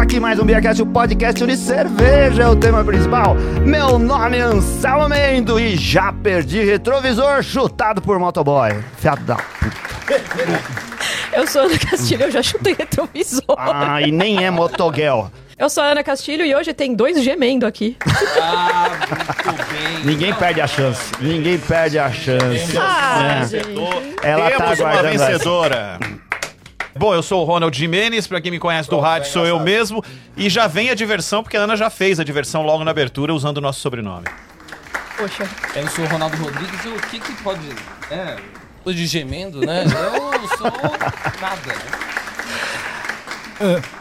aqui mais um Beercast, o podcast de cerveja é o tema principal. Meu nome é Anselmo Mendo e já perdi retrovisor chutado por motoboy. Fiado da puta. Eu sou Ana Castilho, eu já chutei retrovisor. Ah, e nem é motoguel. Eu sou a Ana Castilho e hoje tem 2 gemendo aqui. Ah, muito bem. Ninguém perde a chance. Ninguém perde a chance. Gente. Ela tá Temos uma aguardando essa. vencedora. Bom, eu sou o Ronald Gimenez, pra quem me conhece do rádio sou eu mesmo. E já vem a diversão, porque a Ana já fez a diversão logo na abertura usando o nosso sobrenome. Poxa. Eu sou o Ronaldo Rodrigues e o que pode... Coisa de gemendo, né? Eu sou nada, né?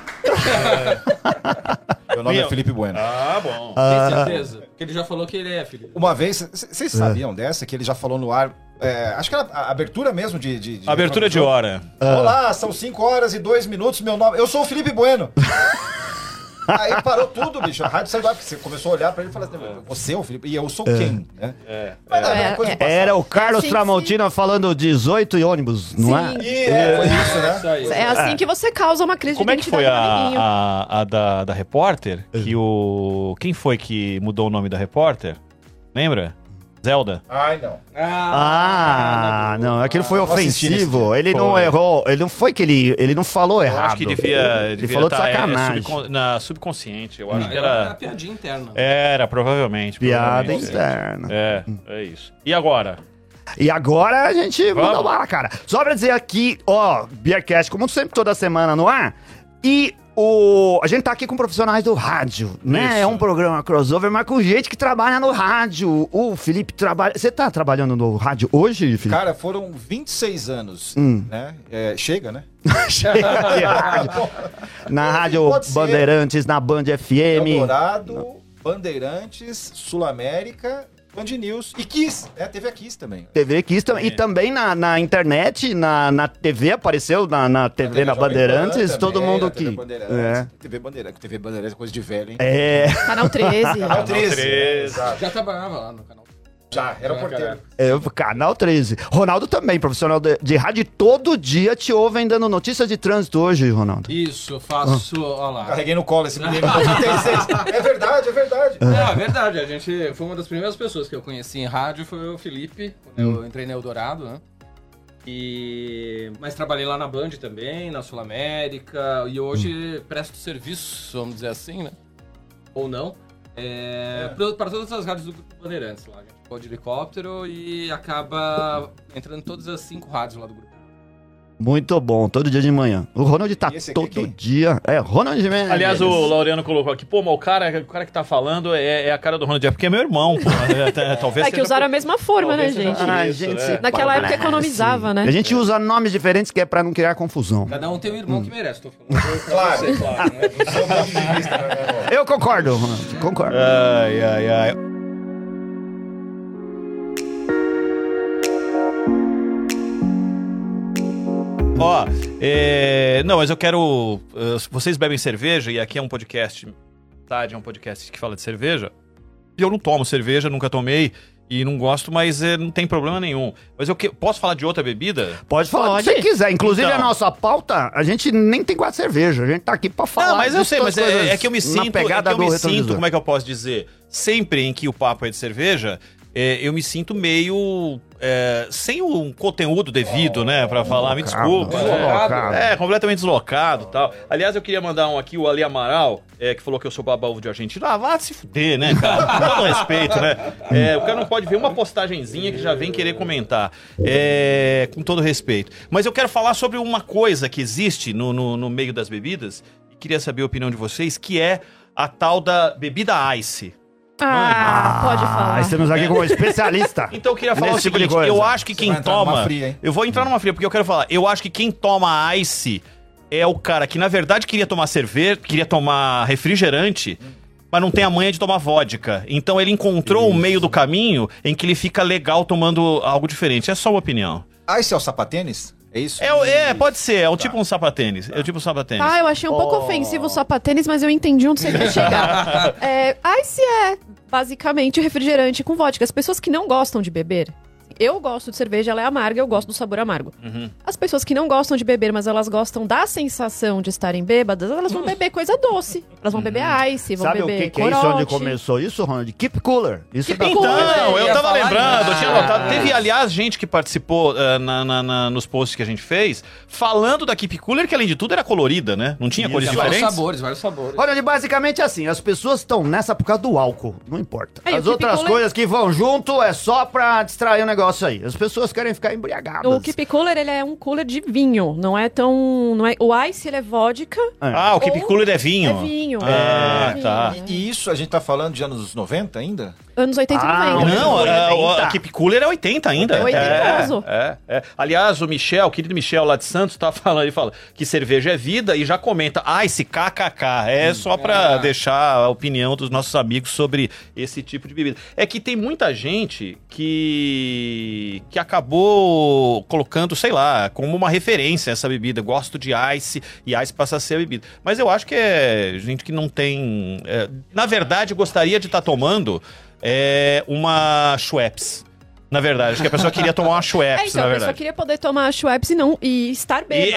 Meu nome é Felipe Bueno. Ah, bom. Tem certeza? Porque ele já falou que ele é, Felipe. Uma vez, vocês sabiam dessa? Que ele já falou no ar, acho que era a abertura mesmo de Abertura de hora. Olá, são 5 horas e 2 minutos, meu nome... Eu sou o Felipe Bueno. Aí parou tudo, bicho. A rádio saiu lá, porque você começou a olhar pra ele e falou assim, você é o Felipe? E eu sou quem? Né? Mas não, é coisa do passado. Era o Carlos Sim, Tramontina falando 18 e ônibus, não é? Foi isso, né? Isso aí. É assim que você causa uma crise Como de é que foi identidade no amiguinho. a da repórter? Que o... Quem foi que mudou o nome da repórter? Lembra? Zelda? Ai, não. Ah, não, aquilo foi não assisti ofensivo. nesse Ele não Foi. errou, ele não foi que ele não falou Eu errado. acho que devia Ele falou de tá, sacanagem. na subconsciente. Eu acho que Era era... piadinha interna. Era, provavelmente. Piada provavelmente. interna. É isso. E agora? E agora a gente Vamos. manda bala, cara. Só pra dizer aqui, ó, Beercast, como sempre, toda semana no ar. E a gente tá aqui com profissionais do rádio, né? Isso. É um programa crossover, mas com gente que trabalha no rádio. O Felipe trabalha... Você tá trabalhando no rádio hoje, Felipe? Cara, foram 26 anos, né? Chega, né? Chega de rádio. Na Rádio Pode ser. Bandeirantes, na Band FM. Eldorado, Bandeirantes, Sul América, Band News e Kiss. Teve a Kiss também. TV Kiss e também na internet, na TV, apareceu na TV, na Jovem Bandeirantes, Pan todo também, mundo na TV que... Bandeirantes. TV Bandeirantes é coisa de velho, hein? Canal 13. Canal 13. 13. Exato. Já trabalhava lá no canal. Já, era o porteiro. Canal 13. Ronaldo também, profissional de rádio, todo dia te ouvem dando notícias de trânsito hoje, Ronaldo. Isso, eu faço... Olha lá. Carreguei no colo esse menino. 36. É verdade, é verdade. É verdade, a gente foi uma das primeiras pessoas que eu conheci em rádio, foi o Felipe, quando eu entrei na Eldorado, né? Mas trabalhei lá na Band também, na Sul América, e hoje presto serviço, vamos dizer assim, né? Ou não, para todas as rádios do Grupo Bandeirantes lá. A gente pode de helicóptero e acaba entrando em todas as 5 rádios lá do grupo. Muito bom, todo dia de manhã. O Ronald tá E esse aqui todo quem? dia. Ronald Mendes. Aliás, o Laureano colocou aqui, pô, mas o cara que tá falando é a cara do Ronald, porque é meu irmão, pô. Talvez É que seja usaram a mesma forma, né, talvez seja gente? por Ah, isso, gente, né? se Naquela época parece. economizava, né? A gente usa nomes diferentes que é pra não criar confusão. Cada um tem um irmão que merece, tô falando. Claro. Você, claro, né? Sou ponto de vista, né, meu irmão? Eu concordo, Ronald, concordo. Ai. Ó, não, mas eu quero... vocês bebem cerveja, e aqui é um podcast, é um podcast que fala de cerveja. E eu não tomo cerveja, nunca tomei, e não gosto, mas não tem problema nenhum. Mas posso falar de outra bebida? Pode falar Pode. o que você quiser. Inclusive, Então. a nossa pauta, a gente nem tem quase cerveja. A gente tá aqui pra falar. Não, mas eu de sei, todas mas as coisas é que eu me sinto, na pegada do retrovisor. como é que eu posso dizer? Sempre em que o papo é de cerveja, eu me sinto meio sem um conteúdo devido, né, pra falar, me desculpa. Deslocado. Completamente deslocado e tal. Aliás, eu queria mandar um aqui, o Ali Amaral, que falou que eu sou baba-ovo de argentino. Ah, vá se fuder, né, cara? Com todo respeito, né? O cara não pode ver uma postagenzinha que já vem querer comentar. Com todo respeito. Mas eu quero falar sobre uma coisa que existe no meio das bebidas, e queria saber a opinião de vocês, que é a tal da bebida ice. Pode falar. Estamos aqui com um especialista. Então eu queria falar nesse o tipo de seguinte, coisa. eu acho que Você quem vai entrar numa toma... fria, hein? Eu vou entrar numa fria, porque eu quero falar, eu acho que quem toma ice é o cara que, na verdade, queria tomar cerveja, queria tomar refrigerante, mas não tem a manha de tomar vodka. Então ele encontrou o meio do caminho em que ele fica legal tomando algo diferente. É só uma opinião. Esse é o sapatênis? É isso? Pode ser, é o tipo um sapatênis. É o tipo um sapatênis. Eu achei um pouco ofensivo o sapatênis, mas eu entendi onde você quer chegar. Ice é basicamente refrigerante com vodka. As pessoas que não gostam de beber, eu gosto de cerveja, ela é amarga, eu gosto do sabor amargo. As pessoas que não gostam de beber, mas elas gostam da sensação de estarem bêbadas, elas vão beber coisa doce. Elas vão beber ice, vão Sabe beber o que é isso? Onde começou isso, Ronald? Keep Cooler. Isso Keep dá Cooler. Então, eu tava falar lembrando, eu tinha isso. anotado. Teve, aliás, gente que participou nos posts que a gente fez, falando da Keep Cooler, que além de tudo era colorida, né? Não tinha cores Vários diferentes? vários sabores. Olha, basicamente assim, as pessoas estão nessa por causa do álcool, não importa. É, e o As Keep outras Cooler- coisas que vão junto é só pra distrair o negócio aí. As pessoas querem ficar embriagadas. O Keep Cooler, ele é um cooler de vinho, não é tão... o ice, ele é vodka, Ah, o Keep Ou- Cooler é vinho. é vinho. Ah, é vinho, tá. é. E isso a gente tá falando de anos 90 ainda? Anos 80 e Ah, 90. Não, Keep Cooler a Keep Cooler é 80 ainda. É 80. Aliás, o querido Michel lá de Santos tá falando, ele fala que cerveja é vida e já comenta, esse KKK, só pra deixar a opinião dos nossos amigos sobre esse tipo de bebida. É que tem muita gente que acabou colocando, sei lá, como uma referência essa bebida. Gosto de ice e ice passa a ser a bebida. Mas eu acho que é gente que não tem... na verdade, gostaria de estar tomando uma Schweppes. Na verdade, acho que a pessoa queria tomar uma Schweppes, Então, na a pessoa verdade. queria poder tomar a Schweppes e estar bêbada.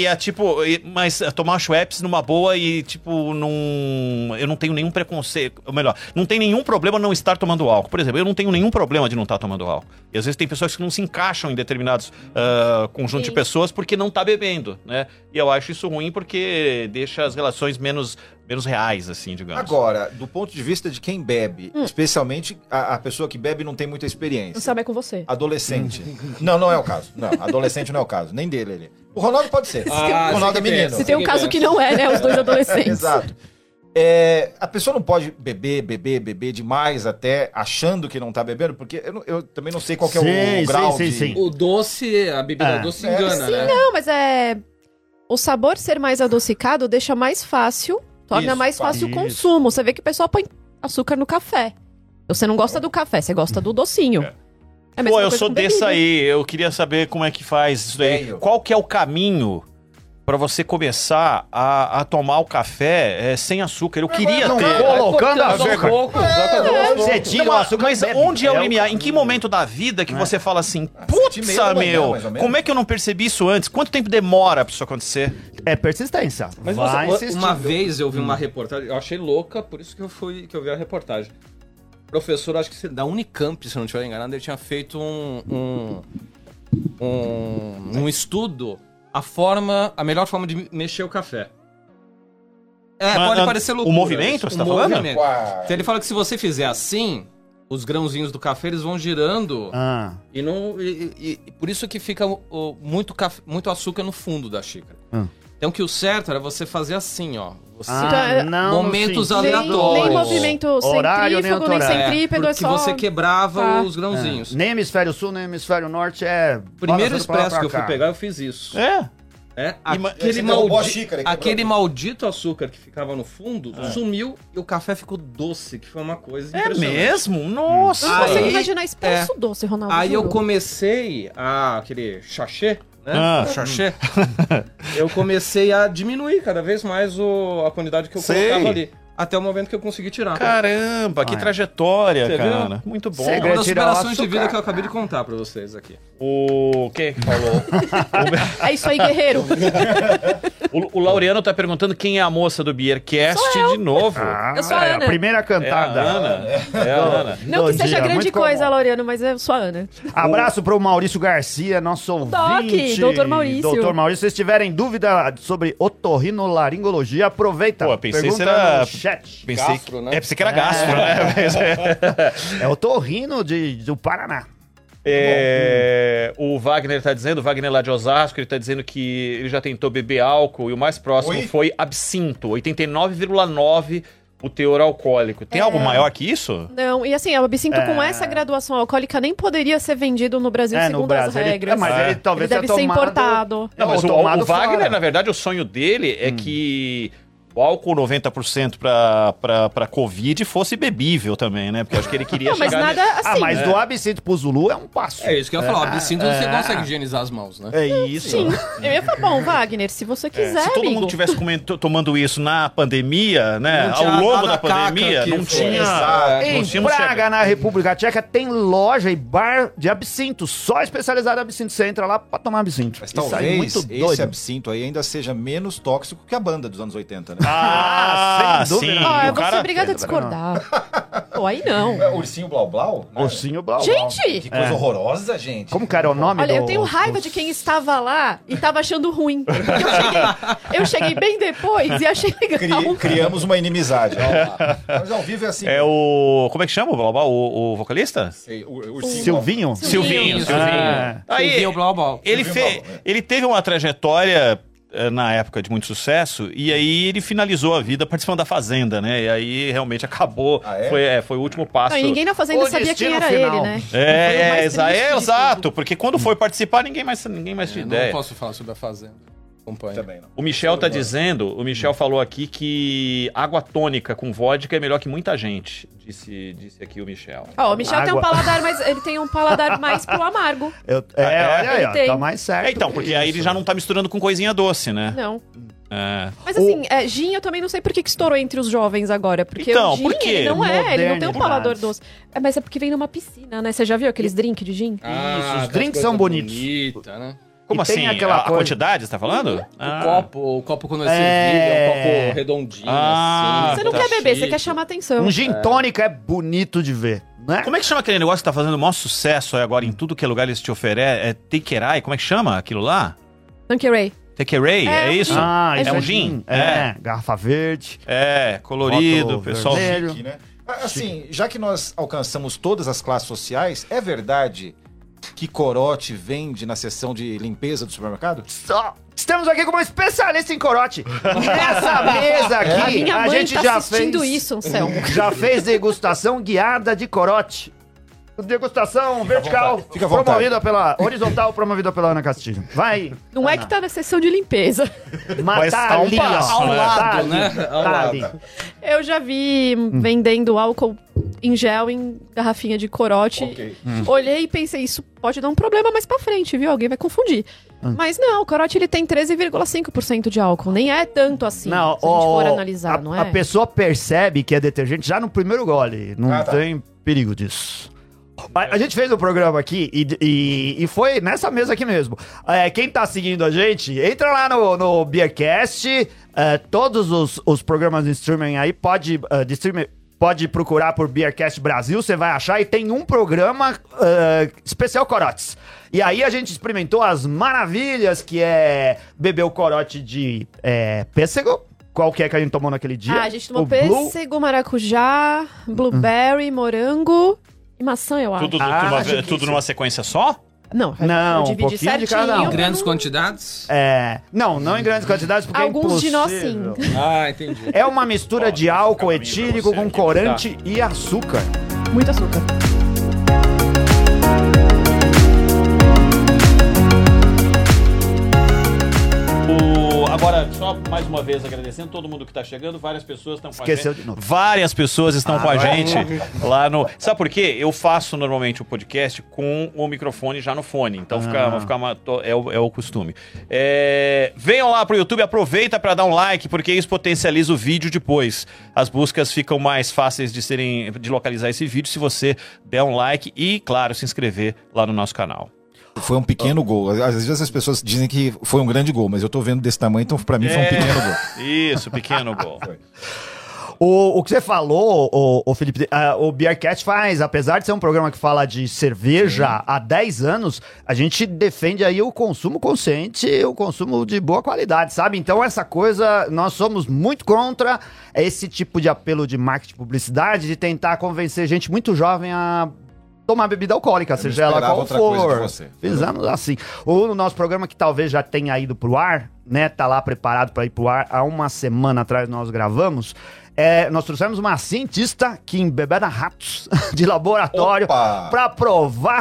Mas tomar uma Schweppes numa boa e, tipo, eu não tenho nenhum preconceito, ou melhor, não tem nenhum problema não estar tomando álcool. Por exemplo, eu não tenho nenhum problema de não estar tomando álcool. E às vezes tem pessoas que não se encaixam em determinados conjuntos de Sim. pessoas porque não tá bebendo, né? E eu acho isso ruim porque deixa as relações menos reais, assim, digamos. Agora, do ponto de vista de quem bebe, especialmente a pessoa que bebe não tem muita Não experiência. sabe é com você. Adolescente. Não é o caso. Não, adolescente não é o caso. Nem dele ali. O Ronaldo pode ser. O Ronaldo é menino. Se tem um caso que não é, né? Os dois adolescentes. Exato. A pessoa não pode beber demais até achando que não tá bebendo, porque eu também não sei qual que é o grau de... Sim. O doce, a bebida doce engana, Sim, né? não, mas o sabor ser mais adocicado deixa mais fácil, torna Isso, mais fácil o isso. consumo. Você vê que o pessoal põe açúcar no café. Você não gosta do café, você gosta do docinho. É a mesma Pô, eu coisa sou com desse bebida. aí, eu queria saber como é que faz isso daí. Tenho. Qual que é o caminho pra você começar a tomar o café sem açúcar? Eu queria não ter... colocando Aos açúcar. poucos, Você tira o açúcar Mas e bebe. onde é o É o limiar? Em que momento da vida que você fala assim, putz, 7h30 da manhã, meu, mais ou menos. como é que eu não percebi isso antes? Quanto tempo demora pra isso acontecer? É persistência. Mas Vai insistir. uma vez eu vi uma reportagem, eu achei louca, por isso que eu vi a reportagem. O professor, acho que da Unicamp, se eu não estiver enganado, ele tinha feito um estudo, a melhor forma de mexer o café. Pode parecer loucura. o movimento, você tá falando? Movimento. Então ele fala que se você fizer assim, os grãozinhos do café, eles vão girando e por isso que fica muito açúcar no fundo da xícara. Então que o certo era você fazer assim, ó. Você momentos no sentido- aleatórios. Nem movimento Horário, nem centrífugo, nem horário. centrípego, é porque só... você quebrava Tá. os grãozinhos. Nem hemisfério sul, nem hemisfério norte Primeiro bola pra lá expresso pra que eu fui cá. pegar, eu fiz isso. Você derrubou a xícara e quebrou. Aquele maldito açúcar que ficava no fundo sumiu e o café ficou doce, que foi uma coisa É impressionante. mesmo? Nossa! Eu não consigo Aí- imaginar expresso doce, Ronaldo. Aí eu juro. comecei aquele sachê, né? Sachê. Eu comecei a diminuir cada vez mais a quantidade que eu Sei. colocava ali. Até o momento que eu consegui tirar. Caramba, que trajetória, Você cara. viu? Muito bom. É uma das tirar o superações de açúcar. vida que eu acabei de contar pra vocês aqui. Quem é que falou? É isso aí, guerreiro. O Laureano tá perguntando quem é a moça do Beercast de novo. Eu sou a Ana. A primeira É a cantada. Ana. É a Ana. Não Bom que seja dia, grande muito coisa, comum. Laureano, mas eu sou a Ana. Abraço pro Maurício Garcia, nosso ouvinte. Doutor Maurício. Doutor Maurício, se tiverem dúvida sobre otorrinolaringologia, aproveita. Pô, pensei Pergunta que era- no chat. Pensei, Gastro, né? pensei que era gastro, né? Mas É otorrino do Paraná. o Wagner tá dizendo, o Wagner lá de Osasco, ele tá dizendo que ele já tentou beber álcool e o mais próximo Oi? foi absinto, 89,9 o teor alcoólico. Tem algo maior que isso? Não, e assim, o absinto com essa graduação alcoólica nem poderia ser vendido no Brasil No segundo Brasil, as ele- regras. mas ele talvez Ele deve tenha ser tomado- importado. Não, mas Ou o tomado Wagner, fora. na verdade, o sonho dele é que o álcool 90% pra Covid fosse bebível também, né? Porque acho que ele queria Não, mas chegar... nada assim. mas do absinto pro Zulu é um passo. É isso que eu ia falar. O absinto você consegue higienizar as mãos, né? É isso. Sim, eu ia falar, bom, Wagner, se você quiser, Se todo amigo. mundo tivesse tomando isso na pandemia, né? Não tinha Ao longo nada da pandemia, caca que não foi. tinha... Exato. Em nós tínhamos Praga, chegado. na República Tcheca, tem loja e bar de absinto, só especializado em absinto. Você entra lá pra tomar absinto. Mas Isso aí é talvez muito esse doido. absinto aí ainda seja menos tóxico que a banda dos anos 80, né? Ah, sem dúvida. sim. Ah, eu o vou ser cara... obrigada a discordar. Pô, aí não. É, Ursinho Blau Blau? Né? Ursinho Blau. Gente! Que coisa horrorosa, gente. Como que era o nome Olha, do... eu tenho raiva de quem estava lá e tava achando ruim. Porque eu cheguei bem depois e achei legal. Criamos uma inimizade. Mas ao vivo é assim. É o... Como é que chama o Blá, o vocalista? Sei, o Ursinho Silvinho? Silvinho. Ah, Aí, Silvinho Blau Blau. ele teve uma trajetória na época de muito sucesso, e aí ele finalizou a vida participando da Fazenda, né? E aí realmente acabou. Ah, é? Foi o último passo. Não, e ninguém na Fazenda O sabia quem destino era final. ele, né? Foi o É, mais triste de exato, tudo. porque quando foi participar, ninguém mais tinha Não ideia. posso falar sobre a Fazenda. Acompanha. Também não. O Michel tá dizendo, o Michel falou aqui que água tônica com vodka é melhor que muita gente, disse aqui o Michel. Ó, o Michel tem um Água. paladar mais. Ele tem um paladar mais pro amargo. olha aí, ó, Tem. tá mais certo. Então, porque aí ele já não tá misturando com coisinha doce, né? Não. É. Mas assim, gin eu também não sei por que estourou entre os jovens agora. Porque Então, o gin, por quê? ele não ele não tem um Modernidade. paladar doce. Mas é porque vem numa piscina, né? Você já viu aqueles drinks de gin? os drinks são bonitos. Bonita, né? Como E tem assim? aquela a coisa- quantidade, você tá falando? O copo quando é servido é um copo redondinho, Ah, assim. Você não tá quer beber, você chique. quer chamar atenção. Um gin tônica é bonito de ver, né? Como é que chama aquele negócio que tá fazendo o maior sucesso aí agora em tudo que é lugar eles te oferecem? É Takeaway? Como é que chama aquilo lá? Tanqueray. Takeaway? É É um isso? gin. Ah, isso é um gin? É, garrafa verde. É, colorido, Rótulo pessoal. vermelho. Aqui, né? Assim, já que nós alcançamos todas as classes sociais, é verdade que corote vende na seção de limpeza do supermercado? Só. Estamos aqui com uma especialista em corote. Nessa mesa aqui, Minha a mãe gente tá já assistindo fez, isso, Anselmo. já fez degustação guiada de corote. Degustação vertical, Fica à vontade. promovida pela horizontal, promovida pela Ana Castilho. Vai. Não é que tá na sessão de limpeza. Mas tá tá um ali, passo, ó. né? Tá Ao ali, lado, né? Ao tá lado. ali. Eu já vi vendendo álcool em gel em garrafinha de corote. Ok. Olhei e pensei, isso pode dar um problema mais pra frente, viu? Alguém vai confundir. Mas não, o corote ele tem 13,5% de álcool. Nem é tanto assim, Não, se a gente for ó, analisar, não é? A pessoa percebe que é detergente já no primeiro gole. Não Ah, tá. tem perigo disso. A gente fez um programa aqui e foi nessa mesa aqui mesmo. Quem tá seguindo a gente, entra lá no Beercast. Todos os programas de streaming aí pode procurar por Beercast Brasil, você vai achar. E tem um programa especial corotes. E aí a gente experimentou as maravilhas que é beber o corote de pêssego. Qual que é que a gente tomou naquele dia? A gente tomou O Blue. pêssego, maracujá, blueberry, morango e maçã, eu acho. acho que Tudo numa sequência só? Não, Não, eu um dividi pouquinho de cada certinho um. Em pra grandes não- quantidades? Não em grandes quantidades, porque Alguns é de nós, impossível. Ah, entendi. É uma mistura de álcool fica pra mim, etílico pra você com aqui, corante e açúcar. Muito açúcar. Agora, só mais uma vez agradecendo todo mundo que tá chegando, várias pessoas estão com Esqueceu a gente. de novo. Várias pessoas estão com a vai. gente lá no... Sabe por quê? Eu faço normalmente o podcast com o microfone já no fone, então é o costume. Venham lá pro YouTube, aproveita para dar um like, porque isso potencializa o vídeo depois. As buscas ficam mais fáceis de localizar esse vídeo se você der um like e, claro, se inscrever lá no nosso canal. Foi um pequeno gol. Às vezes as pessoas dizem que foi um grande gol, mas eu tô vendo desse tamanho, então pra mim foi um pequeno gol. Isso, pequeno gol. O que você falou, o Felipe, o Beercast faz, apesar de ser um programa que fala de cerveja há 10 anos, a gente defende aí o consumo consciente, o consumo de boa qualidade, sabe? Então essa coisa, nós somos muito contra esse tipo de apelo de marketing, publicidade, de tentar convencer gente muito jovem a tomar bebida alcoólica, seja ela esperava qual outra coisa de for. você. Fizemos assim. O nosso programa que talvez já tenha ido pro ar, né? Tá lá preparado para ir pro ar. Há uma semana atrás nós gravamos. Nós trouxemos uma cientista que embebeda ratos de laboratório Opa! para provar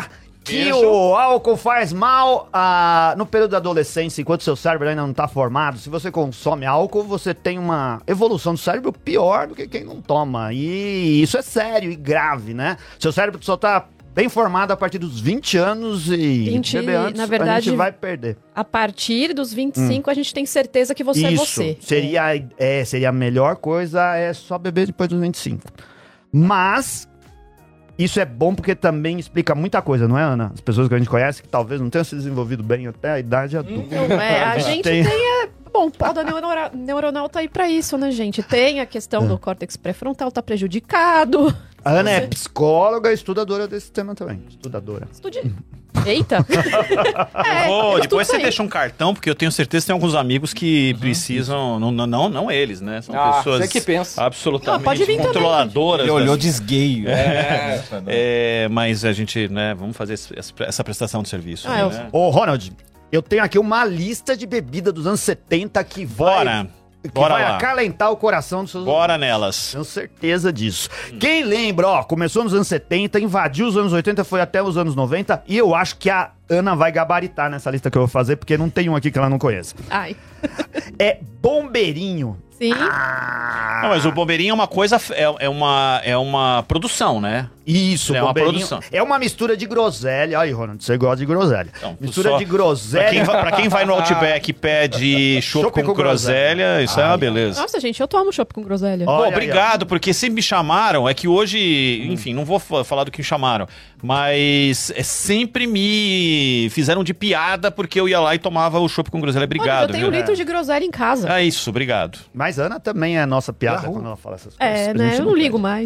que o álcool faz mal no período da adolescência, enquanto seu cérebro ainda não está formado. Se você consome álcool, você tem uma evolução do cérebro pior do que quem não toma. E isso é sério e grave, né? Seu cérebro só está bem formado a partir dos 20 anos e beber antes, na verdade, a gente vai perder. A partir dos 25, a gente tem certeza que você é você. Seria a melhor coisa, é só beber depois dos 25. Mas isso é bom porque também explica muita coisa, não é, Ana? As pessoas que a gente conhece que talvez não tenham se desenvolvido bem até a idade adulta. Então, a gente tem... Bom, o pó da neuronal tá aí pra isso, né, gente? Tem a questão do córtex pré-frontal, tá prejudicado. A Ana é psicóloga e estudadora desse tema também. Estudadora. Eita! Depois você deixa um cartão, porque eu tenho certeza que tem alguns amigos que precisam... Não eles, né? São pessoas você que pensa. absolutamente pode vir controladoras. Ele olhou de esgueio. Mas a gente, né, vamos fazer essa prestação de serviço. Né? Ô, Ronald, eu tenho aqui uma lista de bebida dos anos 70 que vai lá. acalentar o coração dos seus... Bora nelas. Tenho certeza disso. Quem lembra, começou nos anos 70, invadiu os anos 80, foi até os anos 90, e eu acho que a Ana vai gabaritar nessa lista que eu vou fazer, porque não tem um aqui que ela não conheça. Ai. É Bombeirinho. Sim. Não, mas o Bombeirinho é uma coisa, é uma produção, né? Isso, é uma Bombeirinho. produção. É uma mistura de groselha. Aí, Ronald, você gosta de groselha. Então, mistura de groselha. Pra quem vai no Outback e pede chopp com groselha, isso é uma beleza. Nossa, gente, eu tomo chopp com groselha. Pô, obrigado, porque sempre me chamaram, é que hoje, enfim, não vou falar do que me chamaram, mas sempre me fizeram de piada porque eu ia lá e tomava o chopp com groselha. Obrigado, eu tenho 1 litro de groselha em casa. É isso, obrigado. Mas Ana também é nossa piada quando ela fala essas coisas. Né? Eu não ligo mais.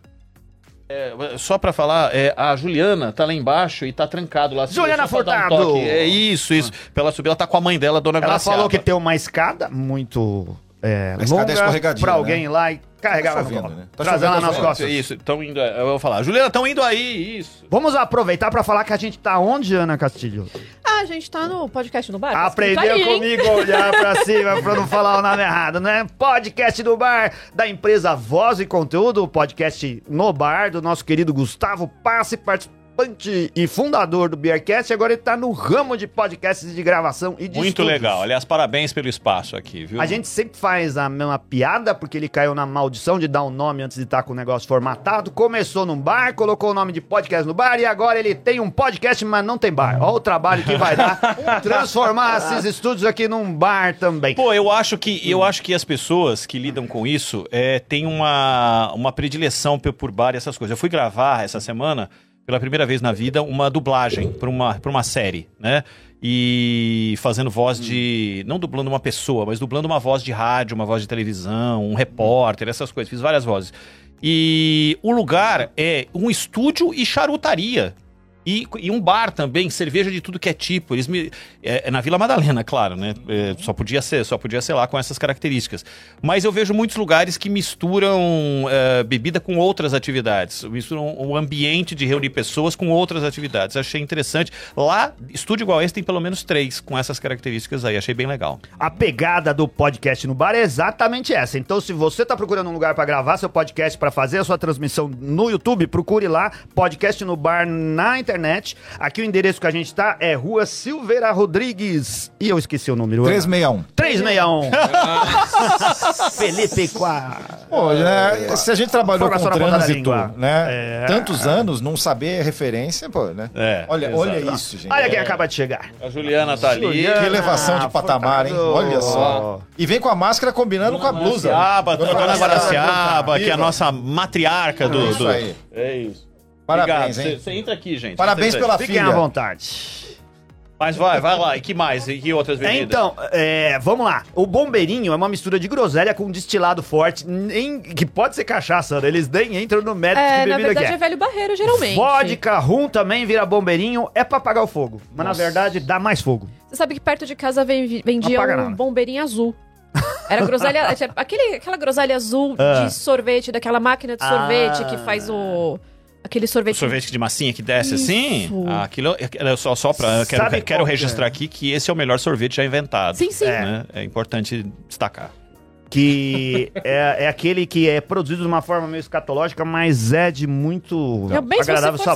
Só pra falar, a Juliana tá lá embaixo e tá trancado lá. Juliana Furtado! É isso. Pra ela subir, ela tá com a mãe dela, Dona Graciela. Ela falou que tem uma escada muito escada escorregadia, pra alguém ir lá e carregar Tá ela chovendo, no colo. né? Tá Trazer ela chovendo, nas tá costas. Isso, estão indo, eu vou falar. Juliana, estão indo aí, isso. Vamos aproveitar pra falar que a gente tá onde, Ana Castilho? A gente tá no podcast no bar. tá Aprendeu escrito ali, comigo a olhar pra cima pra não falar o nome errado, né? Podcast do Bar, da empresa Voz e Conteúdo, o podcast no bar do nosso querido Gustavo Passe, participante e fundador do Beercast. Agora ele tá no ramo de podcasts de gravação e de Muito estúdios. legal. Aliás, parabéns pelo espaço aqui, viu? A gente sempre faz a mesma piada, porque ele caiu na maldição de dar um nome antes de estar com o negócio formatado. Começou num bar, colocou o nome de podcast no bar e agora ele tem um podcast, mas não tem bar. Olha o trabalho que vai dar transformar esses estúdios aqui num bar também. Pô, eu acho que as pessoas que lidam com isso têm uma predileção por bar e essas coisas. Eu fui gravar essa semana, pela primeira vez na vida, uma dublagem pra uma série, né? E fazendo voz de... Não dublando uma pessoa, mas dublando uma voz de rádio, uma voz de televisão, um repórter, essas coisas. Fiz várias vozes. E o lugar é um estúdio e charutaria. E um bar também, cerveja de tudo que é tipo. É na Vila Madalena, claro, né? Só podia ser lá com essas características. Mas eu vejo muitos lugares que misturam bebida com outras atividades. Misturam o ambiente de reunir pessoas com outras atividades. Achei interessante. Lá, estúdio igual esse tem pelo menos 3 com essas características aí. Achei bem legal. A pegada do podcast no bar é exatamente essa. Então, se você tá procurando um lugar pra gravar seu podcast, pra fazer a sua transmissão no YouTube, procure lá, podcast no bar na internet. Aqui o endereço que a gente tá é Rua Silveira Rodrigues. E eu esqueci o número. 361. 361. Felipe Quá. Pô, se a gente trabalhou com trânsito, língua. né? Tantos anos, não saber referência, pô, né? Olha isso, gente. Olha quem acaba de chegar. A Juliana tá ali. Que elevação de patamar, hein? Olha só. E vem com a máscara combinando com a blusa. Dona Guaraciaba, que é a nossa matriarca do... Isso aí. É isso. Parabéns, hein? Você entra aqui, gente. Parabéns pela Fiquem filha. à vontade. Mas vai lá. E que mais? E que outras bebidas? Então, vamos lá. O Bombeirinho é uma mistura de groselha com destilado forte, que pode ser cachaça, né? Eles nem entram no método de bebida na verdade que é velho barreiro, geralmente. Vodka, rum também vira Bombeirinho, é pra apagar o fogo. Mas na verdade dá mais fogo. Você sabe que perto de casa vendia um bombeirinho azul. Era groselha, aquela groselha azul de sorvete, daquela máquina de sorvete que faz aquele sorvete. O sorvete de massinha que desce assim? Aquilo é só pra... Quero registrar aqui que esse é o melhor sorvete já inventado. Sim. Né? É importante destacar. Que é aquele que é produzido de uma forma meio escatológica, mas é de muito agradável sabor.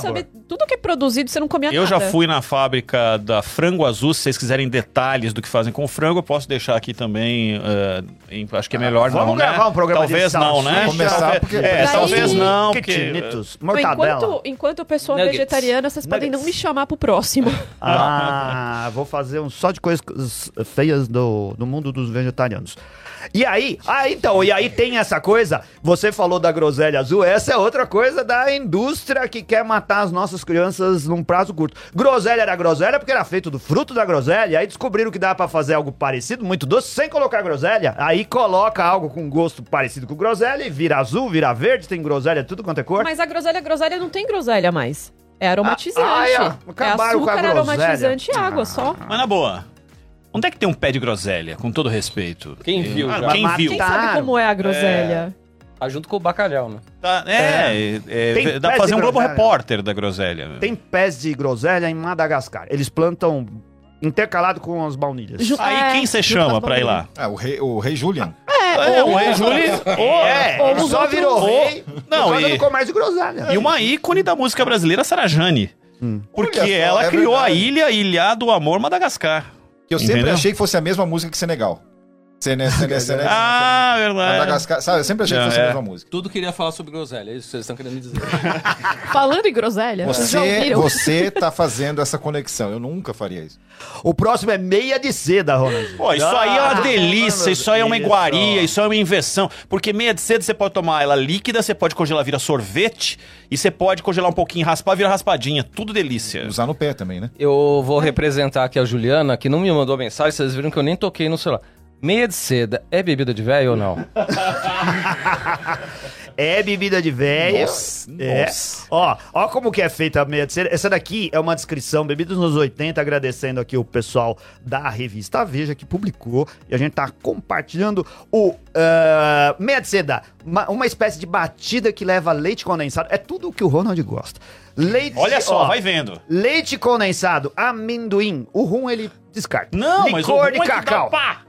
Tudo que é produzido, você não comia nada. Eu já fui na fábrica da Frango Azul. Se vocês quiserem detalhes do que fazem com frango, eu posso deixar aqui também. Acho que é melhor vamos não, né? gravar um programa talvez de não, né? Começar porque... talvez não, porque... Mortadela. Enquanto eu pessoa Nuggets. vegetariana, vocês podem não me chamar pro próximo. Vou fazer um só de coisas feias do mundo dos vegetarianos. E aí, e aí tem essa coisa, você falou da groselha azul, essa é outra coisa da indústria que quer matar as nossas crianças num prazo curto. Groselha era groselha porque era feito do fruto da groselha, aí descobriram que dá pra fazer algo parecido, muito doce, sem colocar groselha, aí coloca algo com gosto parecido com groselha e vira azul, vira verde, tem groselha, tudo quanto é cor. Mas a groselha não tem groselha mais. É aromatizante. Acabaram com a açúcar, groselha. aromatizante e água só. Mas na boa, onde é que tem um pé de groselha, com todo respeito? Quem viu já? Quem viu? Quem sabe como é a groselha? Tá junto com o bacalhau, né? Tá, Tem dá pra pés fazer de um Globo groselha. Repórter da groselha. Tem pés de groselha em Madagascar. Eles plantam intercalado com as baunilhas. Aí quem você chama pra ir lá? O rei Julian. O rei Júlio. ou só os virou rei Não, por causa e- do comércio de groselha. E uma ícone da música brasileira, Sarah Jane. Porque Olha só, ela é criou a verdade. Ilha do Amor Madagascar. Que eu sempre Entendeu? achei que fosse a mesma música que Senegal. Ah, verdade. Madagascar, sabe? Eu sempre achei que fosse a mesma música. Tudo queria falar sobre groselha, é isso que vocês estão querendo me dizer. Falando em groselha, vocês já ouviram? Você tá fazendo essa conexão. Eu nunca faria isso. O próximo é meia de seda, Ronald. Pô, isso aí é uma delícia, isso aí é uma iguaria, isso é uma invenção. Porque meia de seda você pode tomar ela líquida, você pode congelar, vira sorvete, e você pode congelar um pouquinho, raspar, vira raspadinha. Tudo delícia. Usar no pé também, né? Eu vou representar aqui a Juliana, que não me mandou mensagem, vocês viram que eu nem toquei no celular. Meia de seda é bebida de velho ou não? É bebida de velho. Nossa, É. nossa. Ó como que é feita a meia de seda. Essa daqui é uma descrição, bebidas nos 80, agradecendo aqui o pessoal da revista Veja que publicou. E a gente tá compartilhando o meia de seda. Uma espécie de batida que leva leite condensado. É tudo o que o Ronald gosta. Leite, Olha só, vai vendo. Leite condensado, amendoim. O rum ele descarta. Não, mas o Licor ruim de é que dá cacau. pá.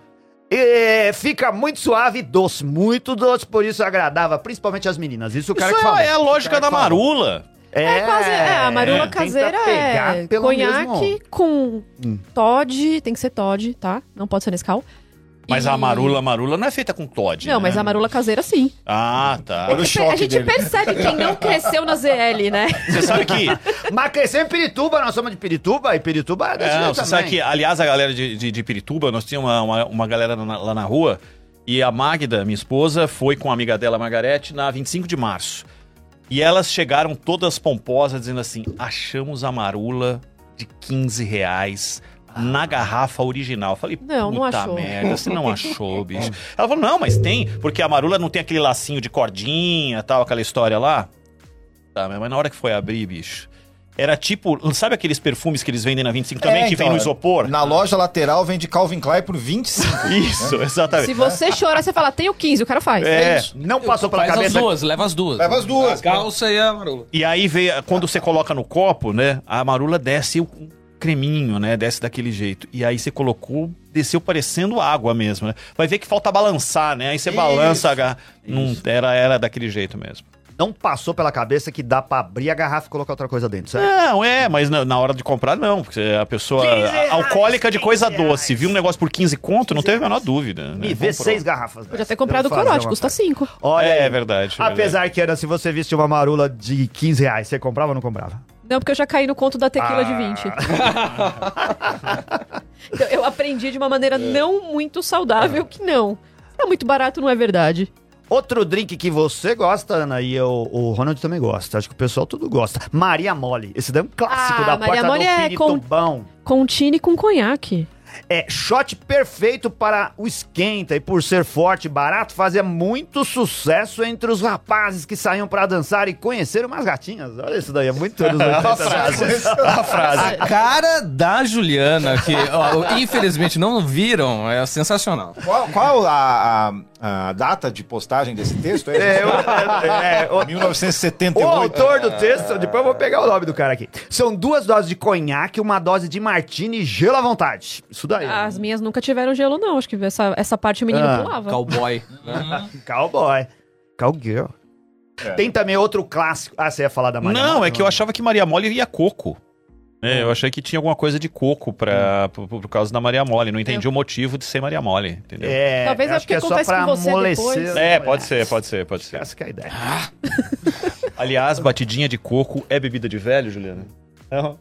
Fica muito suave e doce, muito doce, por isso agradável, principalmente as meninas. Isso o cara que Isso falou. é a lógica da marula. A marula tenta caseira pegar é pelo conhaque mesmo- com Todd, tem que ser Todd, tá? Não pode ser Nescau. Mas E- a marula não é feita com Todd, Não, né? mas a marula caseira sim. Ah, tá. Olha o A choque gente dele. percebe quem não cresceu na ZL, né? Você sabe que... Mas cresceu em Pirituba, nós somos de Pirituba, e Pirituba é desse jeito Não, você também. sabe que, aliás, a galera de Pirituba, nós tínhamos uma galera lá na rua, e a Magda, minha esposa, foi com a amiga dela, a Margarete, na 25 de março. E elas chegaram todas pomposas, dizendo assim, achamos a marula de R$15 na garrafa original. Eu falei, Não puta achou. merda, você não achou, bicho. Ela falou, não, mas tem, porque a marula não tem aquele lacinho de cordinha, tal, aquela história lá. Tá, mas na hora que foi abrir, bicho, era tipo, sabe aqueles perfumes que eles vendem na 25 também, que vem no isopor? Na loja lateral vende Calvin Klein por 25. Isso, exatamente. Se você chorar, você fala, tenho 15, o cara faz. Não passou pela Faz cabeça... as duas, leva as duas. Leva as duas. A calça e a marula. E aí veio, quando você coloca no copo, né, a marula desce o creminho, né, desce daquele jeito. E aí você colocou, desceu parecendo água mesmo, né? Vai ver que falta balançar, né? Aí você balança a garrafa. Não, era daquele jeito mesmo. Não passou pela cabeça que dá pra abrir a garrafa e colocar outra coisa dentro, certo? Não, mas na hora de comprar, não. Porque a pessoa 15 reais, alcoólica de coisa 15 reais. doce, viu um negócio por 15 conto, não teve a menor dúvida. Né? Me vê Comprou. 6 garrafas. Podia ter comprado o Eu vou fazer corote, uma custa coisa. 5. Olha É aí. verdade. Apesar que, Ana, se você visse uma marula de R$15, você comprava ou não comprava? Não, porque eu já caí no conto da tequila de 20. Então, eu aprendi de uma maneira não muito saudável que não. É muito barato, não é verdade. Outro drink que você gosta, Ana, e o Ronald também gosta. Acho que o pessoal tudo gosta. Maria Mole. Esse daí é um clássico da Maria porta Mole do é Piritubão. Com tine com conhaque. É shot perfeito para o esquenta e por ser forte e barato, fazia muito sucesso entre os rapazes que saíam pra dançar e conhecer umas gatinhas. Olha isso daí, é muito anos 80. A frase. A cara da Juliana, que ó, infelizmente não viram, é sensacional. Qual a data de postagem desse texto? O 1978. autor do texto, depois eu vou pegar o nome do cara aqui. São 2 doses de conhaque, uma dose de martini e gelo à vontade. Isso daí. As minhas nunca tiveram gelo, não. Acho que essa parte o menino pulava. Cowboy. Né? Cowboy. Cowgirl. Tem também outro clássico. Ah, você ia falar da Maria Mole? Não, é que eu achava que Maria Mole ia coco. Eu achei que tinha alguma coisa de coco por causa da Maria Mole. Não entendi o motivo de ser Maria Mole, entendeu? Talvez é porque acontece com você depois. Pode ser. Essa que é a ideia. Aliás, batidinha de coco é bebida de velho, Juliana? Não.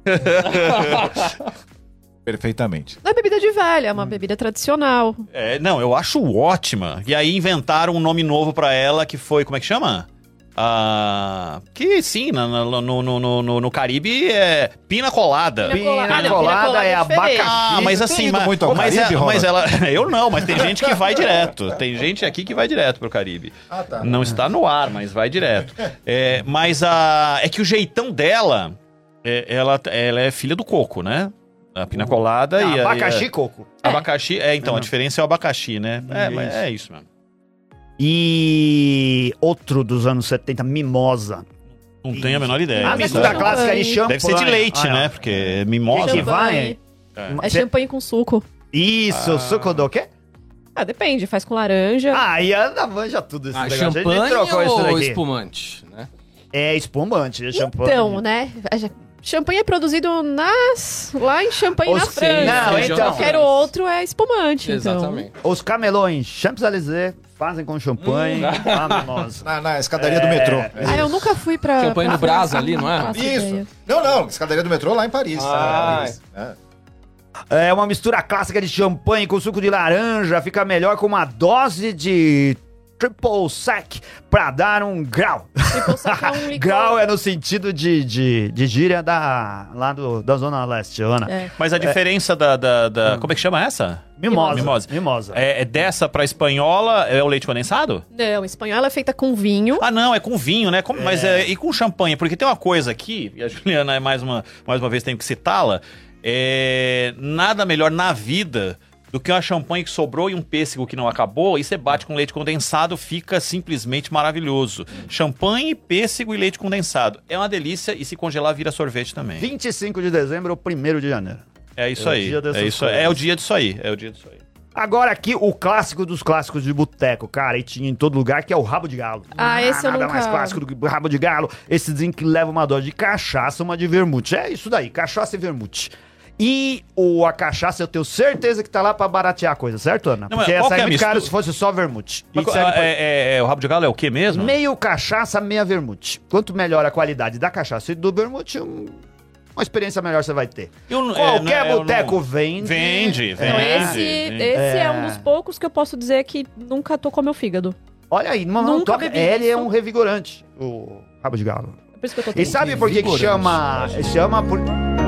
Perfeitamente. Não é bebida de velho, é uma bebida tradicional. Não, eu acho ótima. E aí inventaram um nome novo pra ela que foi, como é que chama? Que sim, no Caribe é pina colada. Pina colada é abacaxi. Mas assim, mas ela. Eu não, mas tem gente que vai direto. Tem gente aqui que vai direto pro Caribe. Tá. Não está no ar, mas vai direto. Mas é que o jeitão dela, ela é filha do coco, né? A pina colada e abacaxi e coco. Abacaxi, então, a diferença é o abacaxi, né? Mas é isso mesmo. E outro dos anos 70, mimosa. Não tenho a menor ideia. A mistura clássica de champanhe. Deve ser de leite, né? Porque mimosa... Que vai? É champanhe com suco. Isso, suco do quê? Depende, faz com laranja. E Ana manja tudo isso. Champanhe ou espumante, né? É espumante, é champanhe. Então, né? Champanhe é produzido lá em Champanhe, na França. Não, então. Qualquer outro é espumante. Exatamente. Então. Os camelões Champs-Élysées fazem com champanhe mimosa. Na escadaria do metrô. Eu nunca fui pra... Champanhe no Brás ali, não é? Isso. Não, escadaria do metrô lá em Paris. É uma mistura clássica de champanhe com suco de laranja. Fica melhor com uma dose de triple sec pra dar um grau. Triple sec é um licor. Grau é no sentido de gíria lá da Zona Leste, Ana. Mas a diferença como é que chama essa? Mimosa. É dessa pra espanhola, é o leite condensado? Não, espanhola é feita com vinho. Não, é com vinho, né? Mas e com champanhe? Porque tem uma coisa aqui, e a Juliana mais uma vez tenho que citá-la, nada melhor na vida do que uma champanhe que sobrou e um pêssego que não acabou, e você bate com leite condensado, fica simplesmente maravilhoso. Champanhe, pêssego e leite condensado. É uma delícia, e se congelar vira sorvete também. 25 de dezembro ou 1º de janeiro. É isso aí. É o dia disso aí. Agora aqui, o clássico dos clássicos de boteco, cara, e tinha em todo lugar, que é o rabo de galo. Esse eu nunca... Nada mais clássico do que rabo de galo. Esse dizem que leva uma dose de cachaça, uma de vermute. É isso daí, cachaça e vermute. E a cachaça, eu tenho certeza que tá lá pra baratear a coisa, certo, Ana? Porque ia sair muito caro se fosse só vermute. O rabo de galo é o quê mesmo? Meio cachaça, meia vermute. Quanto melhor a qualidade da cachaça e do vermute, uma experiência melhor você vai ter. Qualquer boteco vende. Esse é um dos poucos que eu posso dizer que nunca tocou meu fígado. Olha aí, nunca bebi ele isso. É um revigorante, o rabo de galo. É por isso que eu tô E sabe por que chama... Chama por...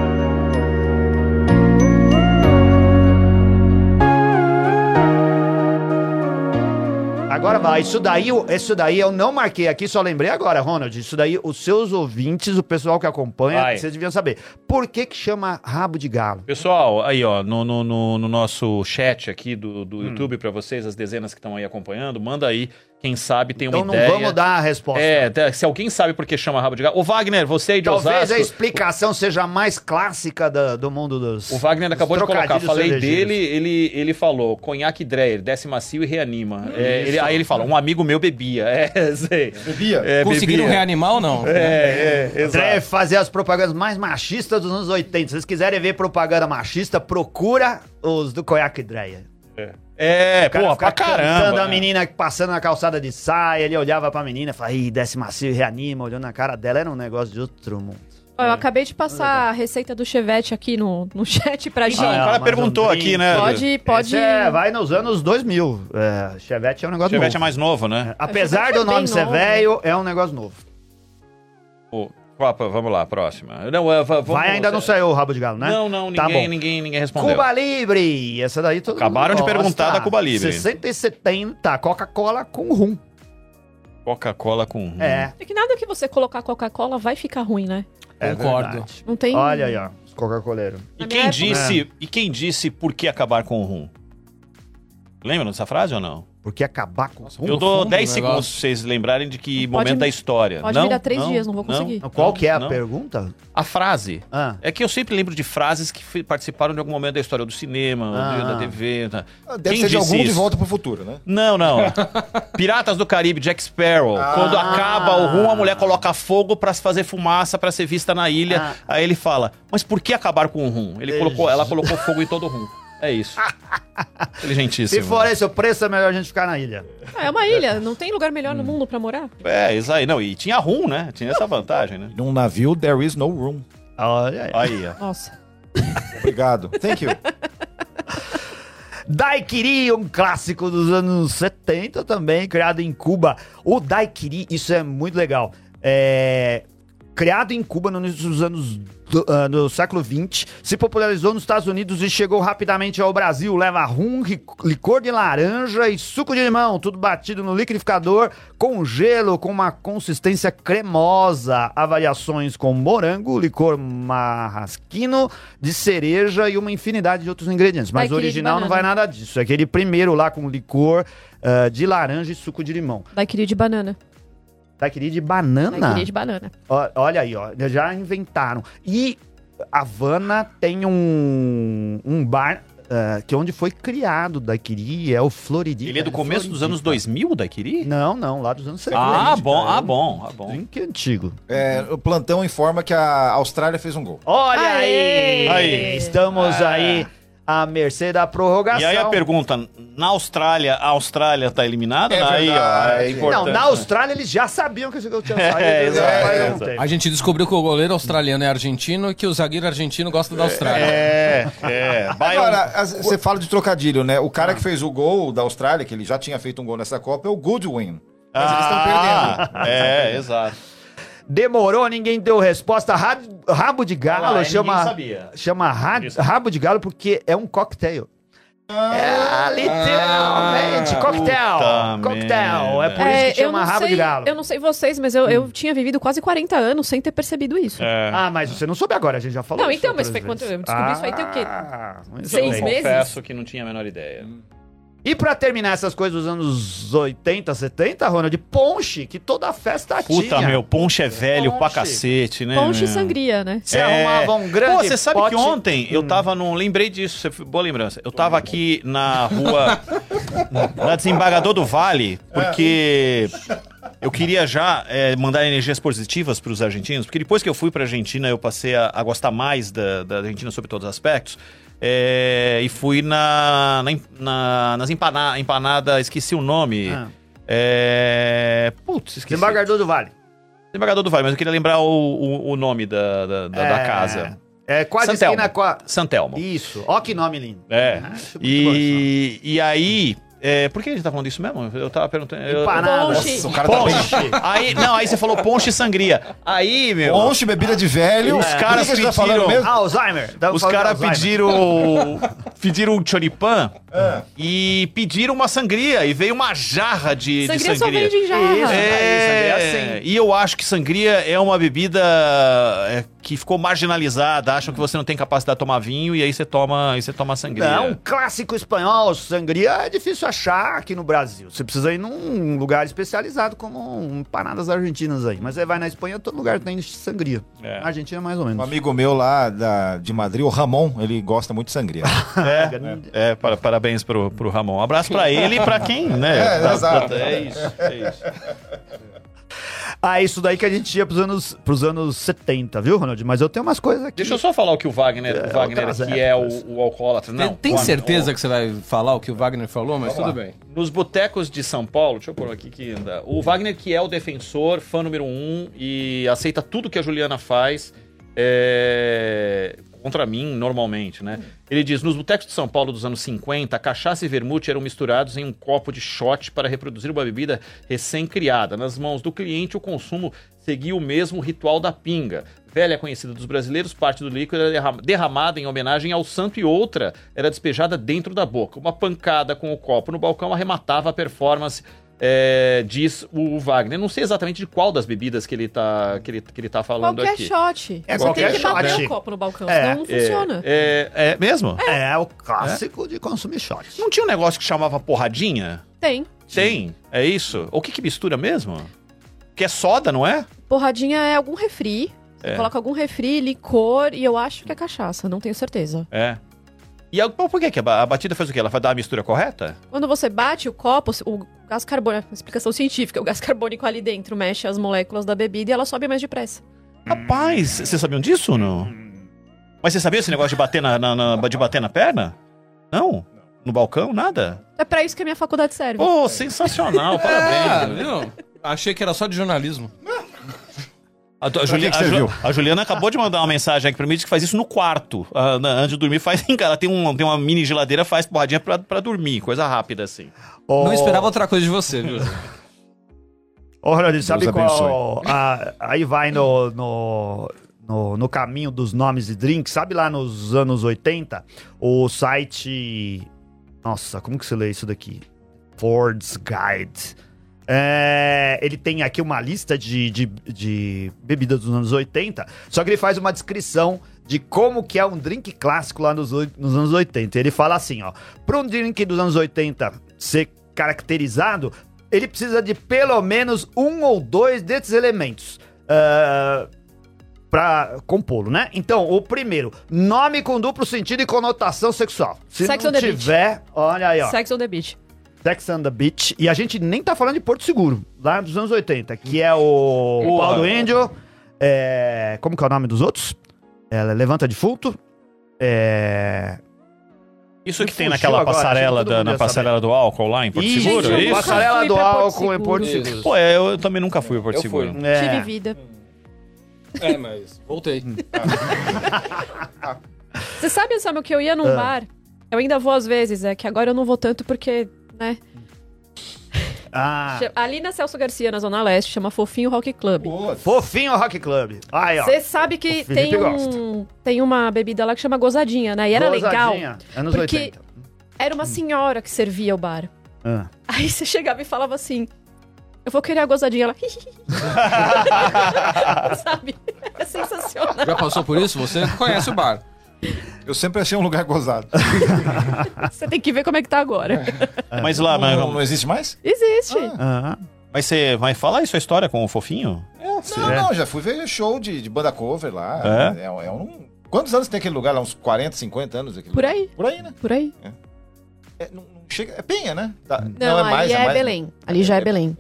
Agora vai, isso daí eu não marquei aqui, só lembrei agora, Ronald. Isso daí, os seus ouvintes, o pessoal que acompanha, vocês deviam saber. Por que chama rabo de galo? Pessoal, aí ó, no nosso chat aqui do YouTube pra vocês, as dezenas que estão aí acompanhando, manda aí, quem sabe tem uma ideia. Então não vamos dar a resposta. Se alguém sabe por que chama rabo de galo. O Wagner, você aí de Osasco... Talvez a explicação seja a mais clássica do mundo dos... O Wagner acabou de colocar, falei dele, ele falou, conhaque Dreyer, desce macio e reanima. Aí ele fala, um amigo meu bebia. Sei. Bebia? Conseguiram reanimar ou não? Exato. Dreyer fazia as propagandas mais machistas dos anos 80. Se vocês quiserem ver propaganda machista, procura os do conhaque Dreyer. Pra caramba. A menina passando na calçada de saia, ele olhava pra menina e falava, desce macio e reanima, olhando na cara dela, era um negócio de outro mundo. Eu acabei de passar a receita do Chevette aqui no chat pra gente. O cara perguntou aqui, né? Pode... vai nos anos 2000. Chevette é um negócio novo. Chevette é mais novo, né? Apesar do nome ser velho, é um negócio novo. Vamos lá, próxima. Ainda não saiu o rabo de galo, né? Não, ninguém respondeu. Cuba Libre, essa daí todo Acabaram mundo de perguntar da Cuba Libre. 60 e 70, Coca-Cola com rum. Coca-Cola com rum. É que nada que você colocar Coca-Cola vai ficar ruim, né? Concordo. Verdade. Não tem... Olha aí, ó, os Coca-Coleiros. E quem disse por que acabar com o rum? Lembra dessa frase ou não? Porque acabar com... Eu dou 10 segundos pra vocês lembrarem de que momento da história. Pode virar 3 dias, não vou conseguir. Qual que é a pergunta? A frase. É que eu sempre lembro de frases que participaram de algum momento da história do cinema, da TV. Tá. Deve ser de algum De Volta pro Futuro, né? Não. Piratas do Caribe, Jack Sparrow. Quando acaba o rum, a mulher coloca fogo pra se fazer fumaça, pra ser vista na ilha. Aí ele fala, mas por que acabar com o rum? Ela colocou fogo em todo o rum. É isso. Inteligentíssimo. Se for esse o preço, é melhor a gente ficar na ilha. É uma ilha, não tem lugar melhor no mundo pra morar. Isso aí. Não, e tinha rum, né? Tinha essa vantagem, né? Num navio, there is no room. Olha aí. Nossa. Obrigado. Thank you. Daiquiri, um clássico dos anos 70 também, criado em Cuba. O daiquiri, isso é muito legal. Criado em Cuba no início dos anos do século XX, se popularizou nos Estados Unidos e chegou rapidamente ao Brasil. Leva rum, licor de laranja e suco de limão, tudo batido no liquidificador com gelo, com uma consistência cremosa. Há variações com morango, licor marrasquino, de cereja e uma infinidade de outros ingredientes. Mas o original não vai nada disso. É aquele primeiro lá com licor de laranja e suco de limão. Daiquiri de banana. Daiquiri de banana? Daiquiri de banana. Olha aí, já inventaram. E Havana tem um bar que onde foi criado o daiquiri, é o Floridita. Ele é do começo dos anos 2000, o daiquiri? Não, lá dos anos 70. Bom. Que antigo. O plantão informa que a Austrália fez um gol. Olha aí! Estamos aí à mercê da prorrogação. E aí a pergunta, na Austrália, a Austrália tá eliminada? É importante. Não, na Austrália eles já sabiam que esse gol tinha saído. A gente descobriu que o goleiro australiano é argentino e que o zagueiro argentino gosta da Austrália. Agora, você fala de trocadilho, né? O cara que fez o gol da Austrália, que ele já tinha feito um gol nessa Copa, é o Goodwin. Mas eles estão perdendo. Exato. Demorou, ninguém deu resposta. Rabo de galo sabia. Chama rabo de galo porque é um cocktail. Literalmente, cocktail. É por isso que chama rabo de galo. Eu não sei vocês, mas eu tinha vivido quase 40 anos sem ter percebido isso. Mas você não soube agora, a gente já falou. Não, então, mas foi quando eu descobri isso aí tem o quê? 6 meses? Confesso que não tinha a menor ideia. E pra terminar essas coisas dos anos 80, 70, Ronald, ponche, que toda festa tinha. Puta, ponche é velho pra cacete, né? Ponche e sangria, né? Você arrumava um grande você sabe que ontem eu tava lembrei disso, boa lembrança. Eu tava aqui na rua, na Desembargador do Vale, porque eu queria já mandar energias positivas pros argentinos, porque depois que eu fui pra Argentina, eu passei a gostar mais da Argentina sobre todos os aspectos. E fui nas empanadas, esqueci o nome. Esqueci. Desembargador do Vale. Desembargador do Vale, mas eu queria lembrar o nome da casa. É quase esquina com a... Santelmo. Isso, ó que nome lindo. E aí... por que a gente tá falando disso mesmo? Eu tava perguntando... Ponche. O cara ponche. Aí você falou ponche e sangria. Aí, meu... Ponche, bebida de velho. Os caras pediram... Tá falando mesmo? Alzheimer. Os caras pediram um choripan e pediram uma sangria. E veio uma jarra de sangria. Só vende em jarra. E eu acho que sangria é uma bebida que ficou marginalizada. Acham que você não tem capacidade de tomar vinho e aí você toma sangria. Não, um clássico espanhol. Sangria é difícil achar aqui no Brasil. Você precisa ir num lugar especializado como empanadas argentinas aí. Mas você vai na Espanha, todo lugar tem sangria. Na Argentina, mais ou menos. Um amigo meu lá de Madrid, o Ramon, ele gosta muito de sangria. Parabéns pro Ramon. Um abraço pra ele e pra quem, né? Exato. É isso. Isso daí que a gente ia pros anos 70, viu, Ronald? Mas eu tenho umas coisas aqui. Deixa eu só falar o que o Wagner que é o alcoólatra. Não, tem certeza que você vai falar o que o Wagner falou? Mas tudo bem. Nos botecos de São Paulo, deixa eu pôr aqui que ainda. O Wagner, que é o defensor, fã número 1 e aceita tudo que a Juliana faz contra mim, normalmente, né? Ele diz, nos botecos de São Paulo dos anos 50, cachaça e vermute eram misturados em um copo de shot para reproduzir uma bebida recém-criada. Nas mãos do cliente, o consumo seguia o mesmo ritual da pinga. Velha conhecida dos brasileiros, parte do líquido era derramada em homenagem ao santo e outra era despejada dentro da boca. Uma pancada com o copo no balcão arrematava a performance. diz o Wagner. Não sei exatamente de qual das bebidas que ele tá falando qualquer aqui. Shot. É você qualquer tem que bater shot. o copo no balcão, É, senão não funciona. É mesmo? É o clássico de consumir shot. Não tinha um negócio que chamava porradinha? Tem. Tem, é isso? O que mistura mesmo? Que é soda, não é? Porradinha é algum refri. Você coloca algum refri, licor e eu acho que é cachaça, não tenho certeza. É. E por que a batida faz o quê? Ela vai dar a mistura correta? Quando você bate o copo, o gás carbônico, explicação científica, o gás carbônico ali dentro mexe as moléculas da bebida e ela sobe mais depressa. Rapaz, vocês sabiam disso ou não? Mas você sabia esse negócio de bater de bater na perna? Não? No balcão? Nada? É pra isso que a minha faculdade serve. Pô, sensacional, parabéns. Viu? Achei que era só de jornalismo. A Juliana acabou de mandar uma mensagem aqui pra mim, diz que faz isso no quarto. Antes de dormir, ela tem uma mini geladeira, faz porradinha pra dormir, coisa rápida assim. Não esperava outra coisa de você, viu? Ô, Ronaldinho, sabe qual... aí vai no caminho dos nomes de drinks, sabe lá nos anos 80, o site... Nossa, como que você lê isso daqui? Ford's Guide. Ele tem aqui uma lista de bebidas dos anos 80, só que ele faz uma descrição de como que é um drink clássico lá nos anos 80. Ele fala assim, ó, para um drink dos anos 80 ser caracterizado, ele precisa de pelo menos um ou dois desses elementos pra compô-lo, né? Então, o primeiro, nome com duplo sentido e conotação sexual. Se Sex não on the tiver, beach. olha aí, ó. Sex on the Beach. Sex on the Beach. E a gente nem tá falando de Porto Seguro, lá dos anos 80, que é o Pau do Índio. Como que é o nome dos outros? Levanta Defunto. Isso que tem naquela passarela, na passarela do álcool lá em Porto Seguro, gente, é isso? Passarela do Porto álcool Seguro. em Porto Seguro. Pô, eu também nunca fui a Porto Seguro. Tive vida. Mas voltei. Você sabe o que eu ia num bar? Eu ainda vou às vezes, que agora eu não vou tanto porque, né? Ali na Celso Garcia, na Zona Leste, chama Fofinho Rock Club. Fofinho Rock Club. Aí, ó. Você sabe que tem uma bebida lá que chama Gozadinha, né? E era legal. Anos porque 80. era uma senhora que servia o bar. Aí você chegava e falava assim... Eu vou querer a gozadinha. Ela... Sabe? É sensacional. Já passou por isso? Você conhece o bar. Eu sempre achei um lugar gozado. Você tem que ver como é que tá agora. Mas lá... Não existe mais? Existe. Mas você vai falar aí sua história com o Fofinho? Não, já fui ver show de banda cover lá. Quantos anos tem aquele lugar lá? Uns 40, 50 anos? Por aí. Por aí, né? Por aí. Não chega, é Penha, né? Não, é mais, ali é mais, Belém. Ali já é Belém.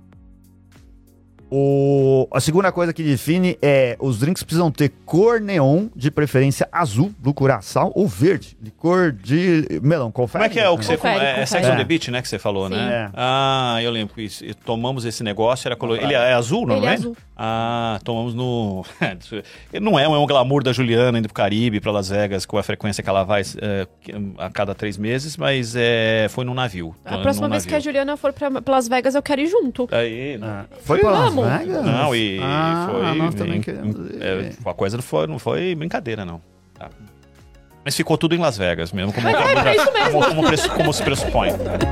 A segunda coisa que define os drinks precisam ter cor neon, de preferência azul, do curaçao ou verde, de cor de melão. Confere? Como é que é o que você... Confere. Sex on the Beach, né, que você falou, Sim. né? Eu lembro que tomamos esse negócio, era colorido. Ele é azul, não é? Ele é azul. Tomamos no... Não é um glamour da Juliana indo pro Caribe, pra Las Vegas, com a frequência que ela vai a cada 3 meses, mas foi num navio. A próxima vez que a Juliana for pra Las Vegas, eu quero ir junto. Aí, Foi pra Las Vamos. Vegas? Não, foi... nós também queremos ir. A coisa não foi brincadeira, não. Tá. Mas ficou tudo em Las Vegas mesmo, como isso mesmo. como se pressupõe.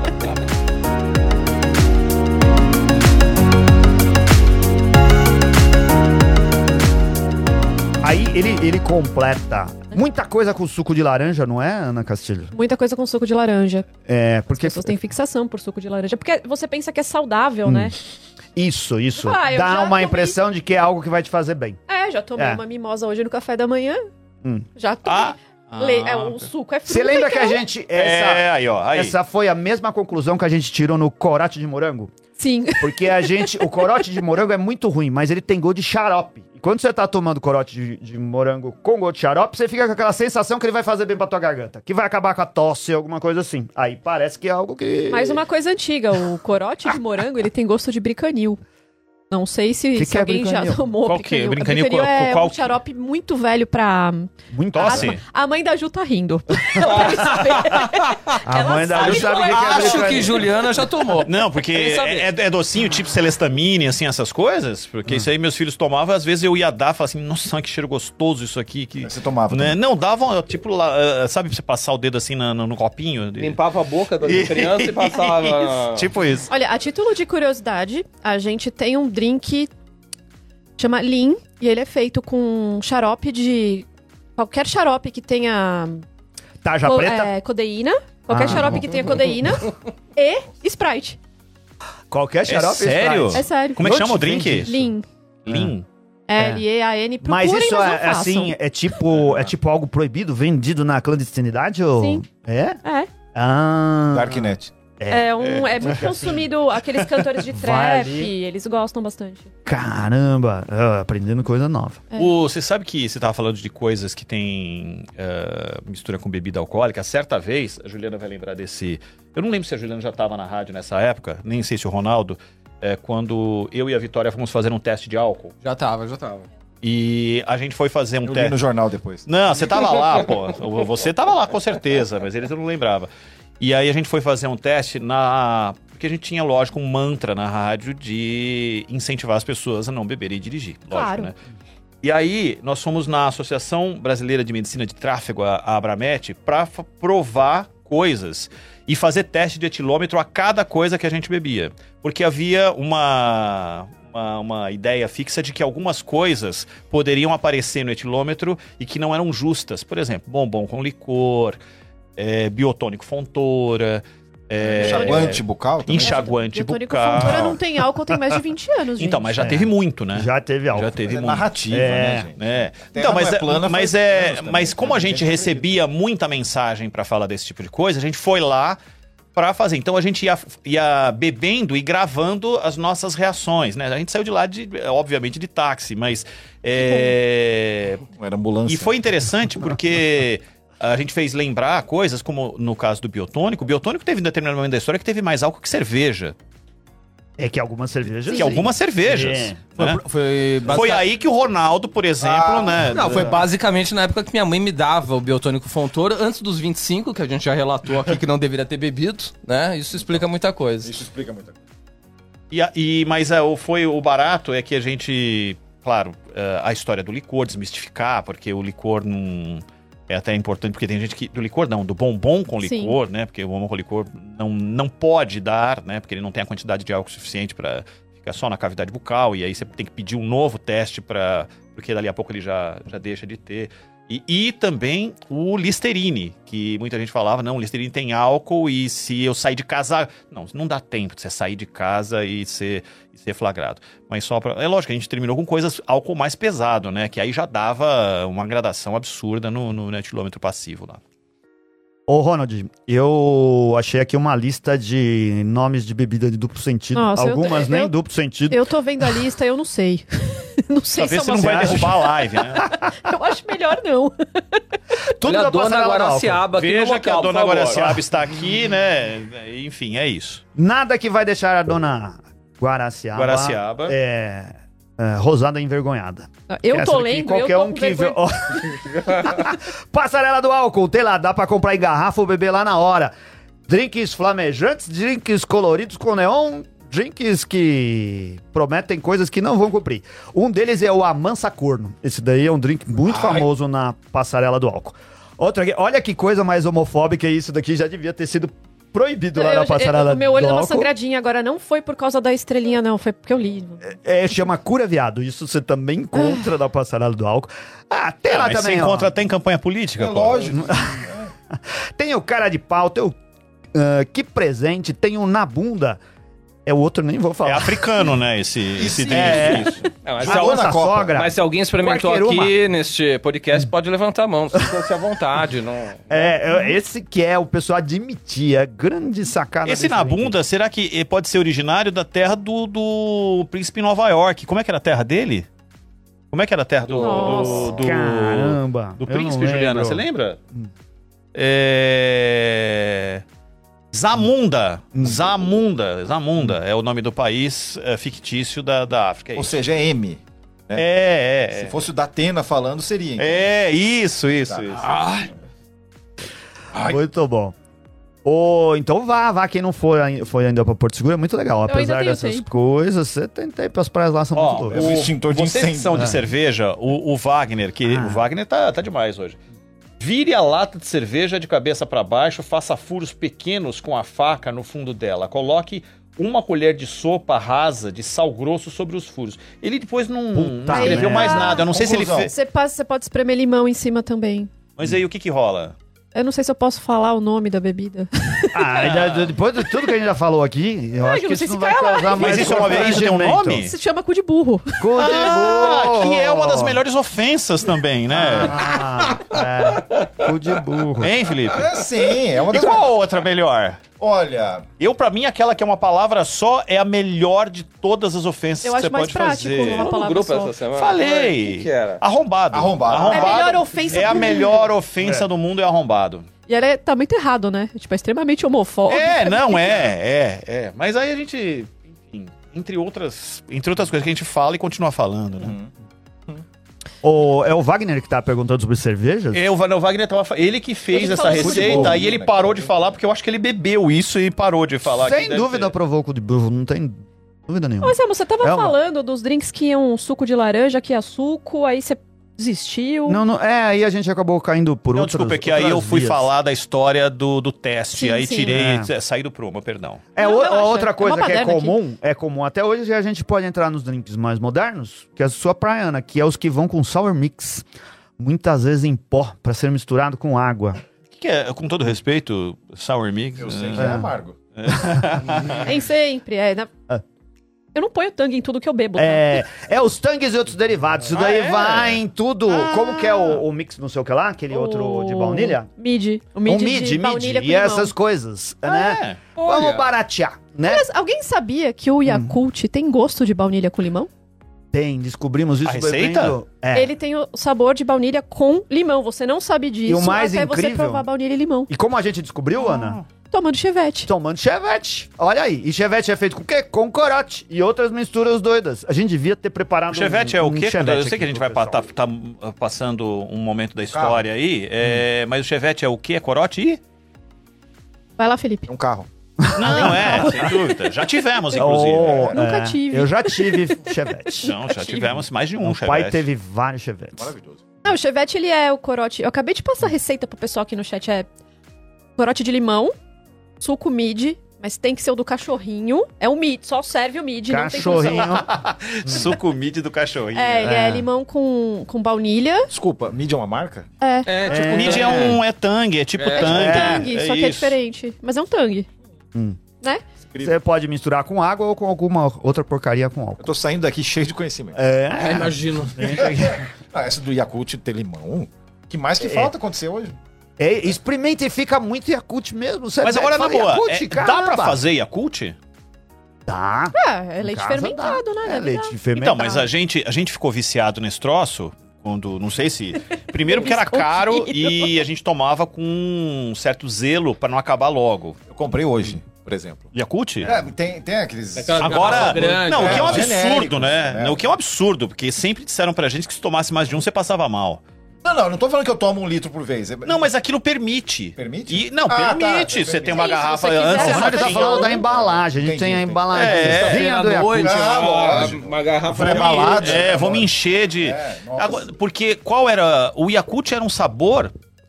Aí ele completa muita coisa com suco de laranja, não é, Ana Castilho? Muita coisa com suco de laranja. Porque... As pessoas têm fixação por suco de laranja. Porque você pensa que é saudável, né? Isso. Eu Dá já uma tomei... impressão de que é algo que vai te fazer bem. Já tomei uma mimosa hoje no café da manhã. Já tomei. O suco é fruta. Você lembra que a gente... Aí. Essa foi a mesma conclusão que a gente tirou no corote de morango? Sim. Porque o corote de morango é muito ruim, mas ele tem gosto de xarope. E quando você tá tomando corote de morango com gosto de xarope, você fica com aquela sensação que ele vai fazer bem pra tua garganta. Que vai acabar com a tosse, alguma coisa assim. Aí parece que é algo que... Mais uma coisa antiga. O corote de morango, ele tem gosto de bricanil. Não sei se alguém já tomou qual que é? Brincanil é um xarope muito velho pra... Muito assim. A mãe da Ju tá rindo. Ela deve saber. A mãe da Ju sabe o que é Acho Brincanil. que Juliana já tomou. Não, porque é docinho, tipo Celestamine, assim, essas coisas. Porque isso aí meus filhos tomavam, às vezes eu ia dar, falava assim, nossa, que cheiro gostoso isso aqui. Que... Você tomava, né? Não, davam, tipo, sabe, você passar o dedo assim no copinho? Limpava a boca da criança e passava... Tipo isso. Olha, a título de curiosidade, a gente tem um drink... Chama Lean, e ele é feito com xarope de... Qualquer xarope que tenha... Tarja preta? Codeína. Qualquer xarope que tenha codeína. E Sprite. Qualquer xarope sério? Sprite. É sério. Como é que chama o drink? Lean. Lean. L-E-A-N. Mas Procurem, isso não é façam. assim, é tipo algo proibido, vendido na clandestinidade? Ou... Sim. É? É. Darknet. É muito consumido, aqueles cantores de trap, eles gostam bastante. Caramba, aprendendo coisa nova. Você sabe que você estava falando de coisas que tem mistura com bebida alcoólica? Certa vez, a Juliana vai lembrar desse... Eu não lembro se a Juliana já estava na rádio nessa época, nem sei se o Ronaldo, quando eu e a Vitória fomos fazer um teste de álcool. Já tava. E a gente foi fazer um Eu li teste... no jornal depois. Não, você tava lá, pô. Você tava lá com certeza, mas eles não lembravam. E aí a gente foi fazer um teste porque a gente tinha, lógico, um mantra na rádio de incentivar as pessoas a não beberem e dirigir. Lógico, Claro. né? E aí nós fomos na Associação Brasileira de Medicina de Tráfego, a Abramet, para provar coisas e fazer teste de etilômetro a cada coisa que a gente bebia. Porque havia uma ideia fixa de que algumas coisas poderiam aparecer no etilômetro e que não eram justas. Por exemplo, bombom com licor... biotônico Fontoura, Enxaguante bucal também? enxaguante Biotônico bucal. Fontoura não tem álcool, tem mais de 20 anos, gente. Então, mas já teve muito, né? Já teve álcool. Já teve É muito. narrativa, né, gente? Então, não é plana, mas foi anos também. mas como a gente Gente, recebia muita mensagem pra falar desse tipo de coisa, a gente foi lá pra fazer. Então a gente ia bebendo e gravando as nossas reações, né? A gente saiu de lá, obviamente, de táxi, mas... Era ambulância. E foi interessante porque... A gente fez lembrar coisas, como no caso do biotônico. O biotônico teve, em determinado momento da história, que teve mais álcool que cerveja. É que algumas cervejas... Que algumas cervejas. É. Né? Foi Foi aí que o Ronaldo, por exemplo, né? Não, foi basicamente na época que minha mãe me dava o biotônico Fontoura, antes dos 25, que a gente já relatou aqui que não deveria ter bebido, né? Isso explica muita coisa. Isso explica muita coisa. Mas foi o barato é que a gente... Claro, a história do licor, desmistificar, porque o licor não... É até importante, porque tem gente que... Do licor não, do bombom com licor, né? Porque o bombom com licor não pode dar, né? Porque ele não tem a quantidade de álcool suficiente para ficar só na cavidade bucal. E aí você tem que pedir um novo teste porque dali a pouco ele já deixa de ter. E também o Listerine, que muita gente falava, não, o Listerine tem álcool e se eu sair de casa... Não dá tempo de você sair de casa e ser flagrado. Mas só pra... É lógico, a gente terminou com álcool mais pesado, né? Que aí já dava uma gradação absurda no etilômetro passivo lá. Ô, Ronald, eu achei aqui uma lista de nomes de bebida de duplo sentido. Nossa, algumas nem duplo sentido. Eu tô vendo a lista, eu não sei. Não sei Talvez se você é não uma vai derrubar a live, né? Eu acho melhor não. Tudo Olha da a dona passarela do álcool. Guaraciaba aqui no Veja que a local, dona por favor. Guaraciaba está aqui, né? Enfim, é isso. Nada que vai deixar a dona Guaraciaba rosada envergonhada. Eu Essa tô daqui, lendo, qualquer eu tô um com que vergonha. Ó. Passarela do álcool, tem lá, dá pra comprar em garrafa ou beber lá na hora. Drinks flamejantes, drinks coloridos com neon, drinks que prometem coisas que não vão cumprir. Um deles é o Amansa Corno. Esse daí é um drink muito famoso na passarela do álcool. Outro aqui, olha que coisa mais homofóbica, isso daqui já devia ter sido proibido lá na passarela O meu olho do deu uma álcool. sangradinha agora, não foi por causa da estrelinha, não, foi porque eu li. Chama Cura Viado, isso você também encontra na passarela do álcool. Tem lá Mas também, você ó. encontra até em campanha política, É pô. lógico. Tem o cara de pau, tem o que presente, tem o na bunda. O outro nem vou É falar. africano, né? Esse Isso. drink. Isso. Mas, A se dona na Copa. sogra. mas se alguém experimentou Qualquer uma. aqui neste podcast, pode levantar a mão. Sinta-se à vontade. Não... Esse que é o pessoal admitir, é grande sacada. Esse desse na drink. bunda, será que pode ser originário da terra do príncipe em Nova York? Como é que era a terra dele? Como é que era a terra do Caramba. do eu príncipe, não Juliana? lembro. Você lembra? Zamunda é o nome do país fictício da África. Ou seja, é M. Se fosse o da Atena falando, seria. Então. Isso. Muito bom. Então vá, quem não foi ainda pra Porto Seguro, é muito legal. Apesar dessas coisas, você tem tempo, as praias lá são muito loucas. O extintor de incêndio. Vocês que são de cerveja, o Wagner, o Wagner tá demais hoje. Vire a lata de cerveja de cabeça para baixo, faça furos pequenos com a faca no fundo dela. Coloque uma colher de sopa rasa de sal grosso sobre os furos. Ele depois não escreveu mais nada. Eu não sei se ele fez. Você pode espremer limão em cima também. Mas aí o que rola? Eu não sei se eu posso falar o nome da bebida. Depois de tudo que a gente já falou aqui, eu acho que isso não vai causar mais. Mas isso é uma bebida, tem um nome? Se chama cu de burro. Cu de burro! Que é uma das melhores ofensas também, né? Cu de burro. Hein, Felipe? Sim, é uma das... E qual a outra melhor? Olha... Pra mim, aquela que é uma palavra só é a melhor de todas as ofensas que você pode fazer. Eu acho mais prático uma palavra só. Essa semana. Falei. O que era? Arrombado. É a melhor ofensa É a melhor ofensa do mundo, é arrombado. E ela tá muito errado, né? Tipo, é extremamente homofóbico. Mas aí a gente, enfim, entre outras coisas que a gente fala e continua falando, né? É o Wagner que tá perguntando sobre cervejas? O Wagner ele que fez essa receita e ele parou de falar, porque eu acho que ele bebeu isso e parou de falar. Sem dúvida provou o cu de burro, não tem dúvida nenhuma. Mas você tava falando dos drinks que iam suco de laranja, que ia suco, aí você desistiu. Aí a gente acabou caindo por outras. Desculpa, é que aí eu fui falar da história do teste, aí tirei, saí do promo, perdão. Outra coisa que é comum até hoje, a gente pode entrar nos drinks mais modernos, que é a sua praiana, que é os que vão com sour mix, muitas vezes em pó, pra ser misturado com água. O que é, com todo respeito, sour mix? Eu sei que é amargo. Nem sempre, Eu não ponho tangue em tudo que eu bebo. Os tangues e outros derivados. Isso daí vai em tudo. Como que é o mix não sei o que lá? Aquele outro de baunilha? Mid. O mid de baunilha com e limão. essas coisas, né? Vamos baratear, né? Mas alguém sabia que o Yakult tem gosto de baunilha com limão? Tem, descobrimos isso. A receita? Ele tem o sabor de baunilha com limão. Você não sabe disso e o mais até incrível, você provar baunilha e limão. E como a gente descobriu, Ana? Tomando chevette. Olha aí. E chevette é feito com o quê? Com corote. E outras misturas doidas. A gente devia ter preparado o chevette é o quê? Eu sei que a gente vai tá passando um momento da história aí. Mas o chevette é o quê? É corote e? Vai lá, Felipe. Um carro. Não, sem dúvida. Já tivemos, inclusive. Nunca tive. Eu já tive chevette. Não, já tivemos mais de um chevette. Meu pai teve vários chevetes. Maravilhoso. Não, o chevette, ele é o corote. Eu acabei de passar a receita pro pessoal aqui no chat. É corote de limão, suco mid, mas tem que ser o do cachorrinho. É o mid, só serve o mid, cachorrinho. Não tem Suco mid do cachorrinho. É limão com baunilha. Desculpa, mid é uma marca? Tipo, mid é tangue, é tipo tangue. É tangue, só que é diferente. Mas é um tangue. Né? Você pode misturar com água ou com alguma outra porcaria com álcool. Eu tô saindo daqui cheio de conhecimento. Imagino. Essa do Yakult ter limão, o que mais que falta acontecer hoje? Experimenta e fica muito Yakult mesmo. Mas agora, na boa, dá pra fazer Yakult? Dá. É leite fermentado, né? É leite fermentado. Então, mas a gente ficou viciado nesse troço, quando, não sei se... Primeiro porque era caro e a gente tomava com um certo zelo pra não acabar logo. Eu comprei hoje, por exemplo. Yakult? Tem aqueles... Agora, grande, o que é um absurdo, genéricos, né? O que é um absurdo, porque sempre disseram pra gente que se tomasse mais de um, você passava mal. Não tô falando que eu tomo 1 litro por vez. Não, mas aquilo permite. Permite? Permite. Você tem uma garrafa se você antes. quiser, Ele tá falando da embalagem. A gente tem a embalagem. Vinha à noite, lógico. uma garrafa Pré-balada. Vou me encher de... Agora, porque qual era... O Yakult era um sabor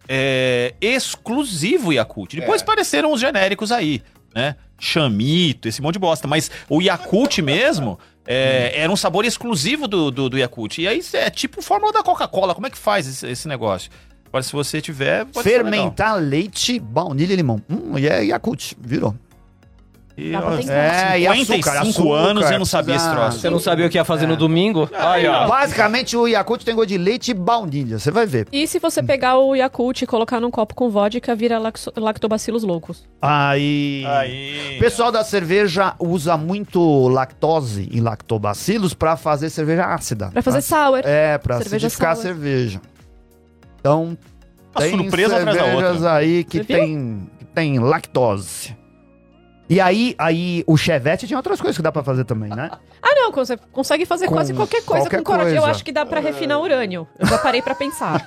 exclusivo Yakult. Depois apareceram os genéricos aí, né? Chamito, esse monte de bosta. Mas o Yakult mesmo... era um sabor exclusivo do Yakult. E aí é tipo fórmula da Coca-Cola. Como é que faz esse negócio? Agora, se você tiver... Fermentar leite, baunilha e limão. E é Yakult, virou. E, e 55 anos eu não sabia esse troço. Você não sabia o que ia fazer no domingo? Aí, ó. Basicamente, o Yakult tem gosto de leite e baunilha. Você vai ver. E se você pegar o Yakult e colocar num copo com vodka, vira lactobacilos loucos. Aí. O pessoal da cerveja usa muito lactose e lactobacilos pra fazer cerveja ácida. Pra fazer sour. Pra acidificar a cerveja. Então, Uma surpresa atrás da outra. aí que tem lactose. E aí o Chevette tinha outras coisas que dá pra fazer também, né? Não, você consegue fazer quase qualquer coisa com coragem. Eu acho que dá pra refinar urânio. Eu já parei pra pensar.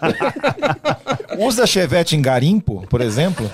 Usa Chevette em garimpo, por exemplo?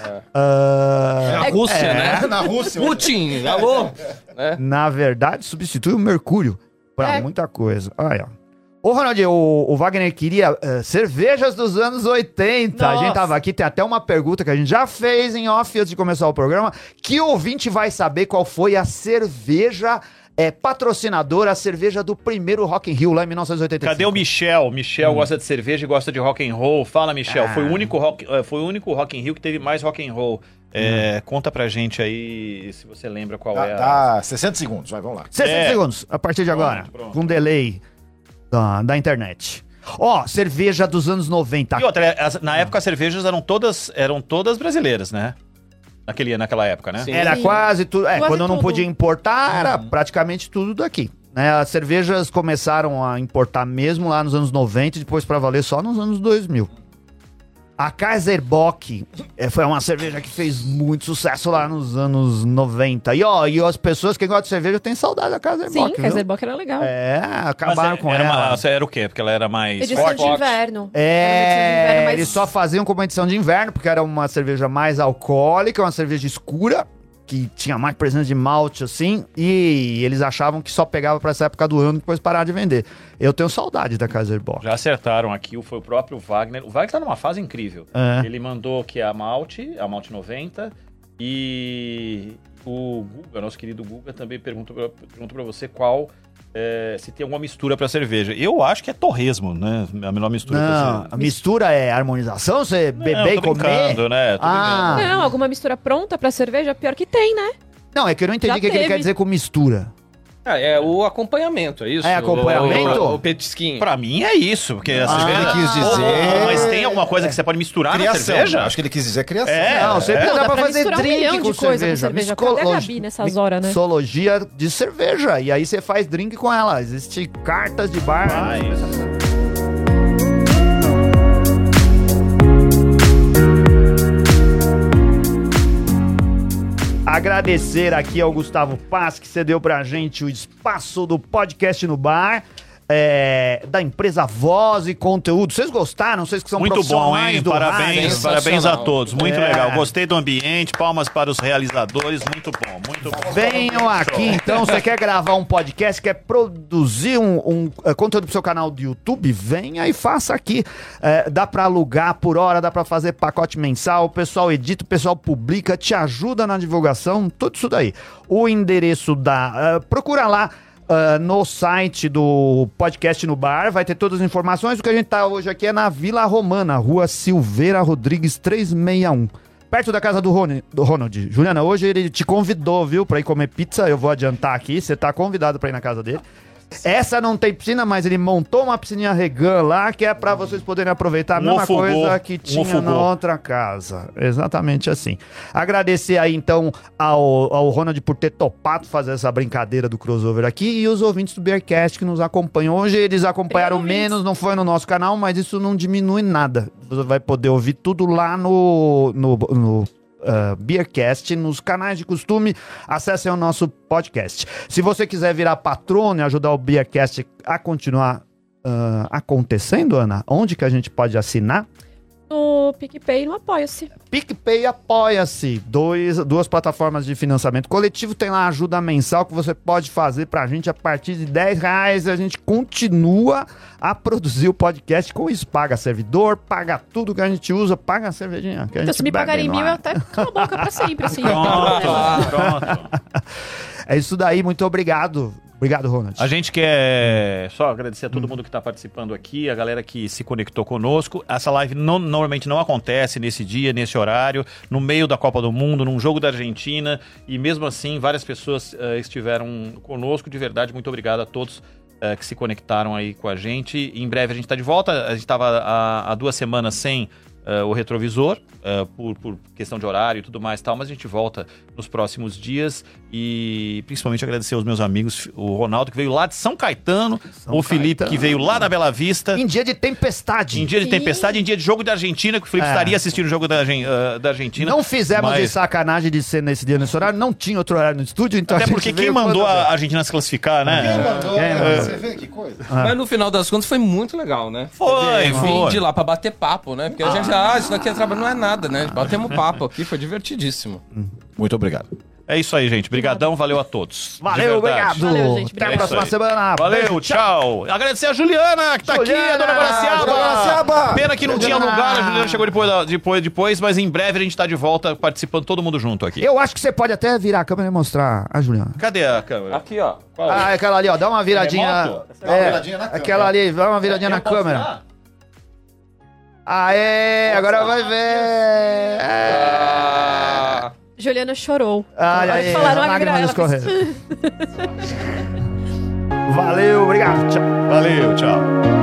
Na Rússia, né? Na Rússia. Putin, alô? Na verdade, substitui o mercúrio pra muita coisa. Olha. Ô, Ronald, o Wagner queria cervejas dos anos 80. Nossa. A gente tava aqui, tem até uma pergunta que a gente já fez em off antes de começar o programa. Que ouvinte vai saber qual foi a cerveja patrocinadora, a cerveja do primeiro Rock in Rio lá em 1985? Cadê o Michel? Michel gosta de cerveja e gosta de rock and roll. Fala, Michel. Foi o único Rock in Rio que teve mais rock and roll. Conta pra gente aí se você lembra qual é a... Dá 60 segundos, vamos lá. 60 segundos, a partir de agora. Pronto. Com delay da internet. Cerveja dos anos 90. E outra, na época as cervejas eram todas brasileiras, né? Naquela época, né? Sim. Era quase tudo. Quase Quando eu não tudo. podia importar, era praticamente tudo daqui. Né? As cervejas começaram a importar mesmo lá nos anos 90 e depois pra valer só nos anos 2000. A Kaiser Bock foi uma cerveja que fez muito sucesso lá nos anos 90. E as pessoas que gostam de cerveja têm saudade da Kaiser Sim, Bock, viu? Kaiser Bock era legal. Acabaram com ela. Era o quê? Porque ela era mais Edição forte. de inverno. Era uma edição de inverno, mas Eles só faziam como edição de inverno, porque era uma cerveja mais alcoólica, uma cerveja escura, que tinha mais presença de malte, assim, e eles achavam que só pegava pra essa época do ano e depois parar de vender. Eu tenho saudade da Kaiser Bock. Já acertaram aqui, foi o próprio Wagner. O Wagner tá numa fase incrível. Ele mandou que a Malte 90, e o Guga, nosso querido Guga, também perguntou pra você qual... se tem alguma mistura pra cerveja. Eu acho que é torresmo, né? A melhor mistura pra Não, cerveja. a mistura é harmonização? Você beber e tô comer? brincando, né? Tô Não, alguma mistura pronta pra cerveja, pior que tem, né? Não, é que eu não entendi Já o que ele teve. quer dizer com mistura. É o acompanhamento, é isso? É acompanhamento? O petisquinho. Pra mim é isso, porque a cerveja... Ele quis dizer... Mas tem alguma coisa que você pode misturar na Criação. cerveja? Acho que ele quis dizer criação. Não, sempre Não, dá dá pra pra fazer misturar um drink milhão com de coisa com cerveja. cerveja. Cadê a Gabi nessas horas, né? Mixologia de cerveja. E aí você faz drink com ela. Existem cartas de bar. Agradecer aqui ao Gustavo Paz, que cedeu pra gente o espaço do podcast no bar. Da empresa Voz e Conteúdo. Vocês gostaram? Vocês que são Muito bom, profissionais hein? do Parabéns, rádio. parabéns a todos. Muito É. legal. Gostei do ambiente. Palmas para os realizadores. Muito bom, muito bom. Venham aqui, então. Você quer gravar um podcast, quer produzir um conteúdo pro seu canal do YouTube? Venha e faça aqui. Dá pra alugar por hora, dá pra fazer pacote mensal. O pessoal edita, o pessoal publica, te ajuda na divulgação, tudo isso daí. O endereço procura lá. No site do Podcast no Bar, vai ter todas as informações. O que a gente tá hoje aqui é na Vila Romana, Rua Silveira Rodrigues 361, perto da casa do Ronald. Juliana, hoje ele te convidou, viu, pra ir comer pizza. Eu vou adiantar aqui, você tá convidado pra ir na casa dele. Essa não tem piscina, mas ele montou uma piscininha Regan lá, que é pra vocês poderem aproveitar a mesma coisa que tinha na outra casa. Exatamente assim. Agradecer aí, então, ao Ronald por ter topado fazer essa brincadeira do crossover aqui, e os ouvintes do Beercast que nos acompanham. Hoje eles acompanharam menos, não foi no nosso canal, mas isso não diminui nada. Você vai poder ouvir tudo lá no Beercast, nos canais de costume. Acessem o nosso podcast. Se você quiser virar patrono e ajudar o Beercast a continuar acontecendo, Ana, onde que a gente pode assinar? No PicPay e no Apoia-se. PicPay e Apoia-se, duas plataformas de financiamento coletivo. Tem lá ajuda mensal que você pode fazer pra gente a partir de R$10. A gente continua a produzir o podcast com isso. Paga servidor, paga tudo que a gente usa, paga a cervejinha que a Então, gente se me bebe pagarem no 1.000, eu ar. até calo a boca pra sempre, assim. Pronto. É isso daí, muito obrigado. Obrigado, Ronald. A gente quer só agradecer a todo mundo que está participando aqui, a galera que se conectou conosco. Essa live normalmente não acontece nesse dia, nesse horário, no meio da Copa do Mundo, num jogo da Argentina, e mesmo assim várias pessoas estiveram conosco. De verdade, muito obrigado a todos que se conectaram aí com a gente. Em breve a gente está de volta. A gente estava há 2 semanas sem o retrovisor, por questão de horário e tudo mais e tal, mas a gente volta nos próximos dias e principalmente agradecer aos meus amigos, o Ronaldo que veio lá de São Caetano, o Felipe que veio lá da Bela Vista. Em dia de tempestade. Em dia de tempestade, em dia de jogo da Argentina, que o Felipe estaria assistindo o jogo da Argentina. Não fizemos de sacanagem de ser nesse dia, nesse horário, não tinha outro horário no estúdio, então até porque quem mandou a Argentina se classificar, né? Quem mandou? Você vê que coisa. Mas no final das contas foi muito legal, né? Foi. Vim de lá pra bater papo, né? Porque a gente, isso daqui é trabalho, não é nada, né? Batemos papo aqui, foi divertidíssimo. Muito obrigado. É isso aí, gente. Brigadão, valeu a todos. Valeu, obrigado. Valeu, gente. Até a próxima semana. Valeu, tchau. Agradecer a Juliana, que tá aqui, a dona Guaraciaba. Pena que não tinha lugar, a Juliana chegou depois, mas em breve a gente tá de volta participando, todo mundo junto aqui. Eu acho que você pode até virar a câmera e mostrar a Juliana. Cadê a câmera? Aqui, ó. Qual? Aquela ali, ó. Dá uma viradinha. Dá uma viradinha na câmera. Aquela ali, dá uma viradinha na câmera. Agora vai ver. Juliana chorou. Olha aí, falar, não lágrimas escorrendo. Valeu, obrigado. Tchau. Valeu, tchau.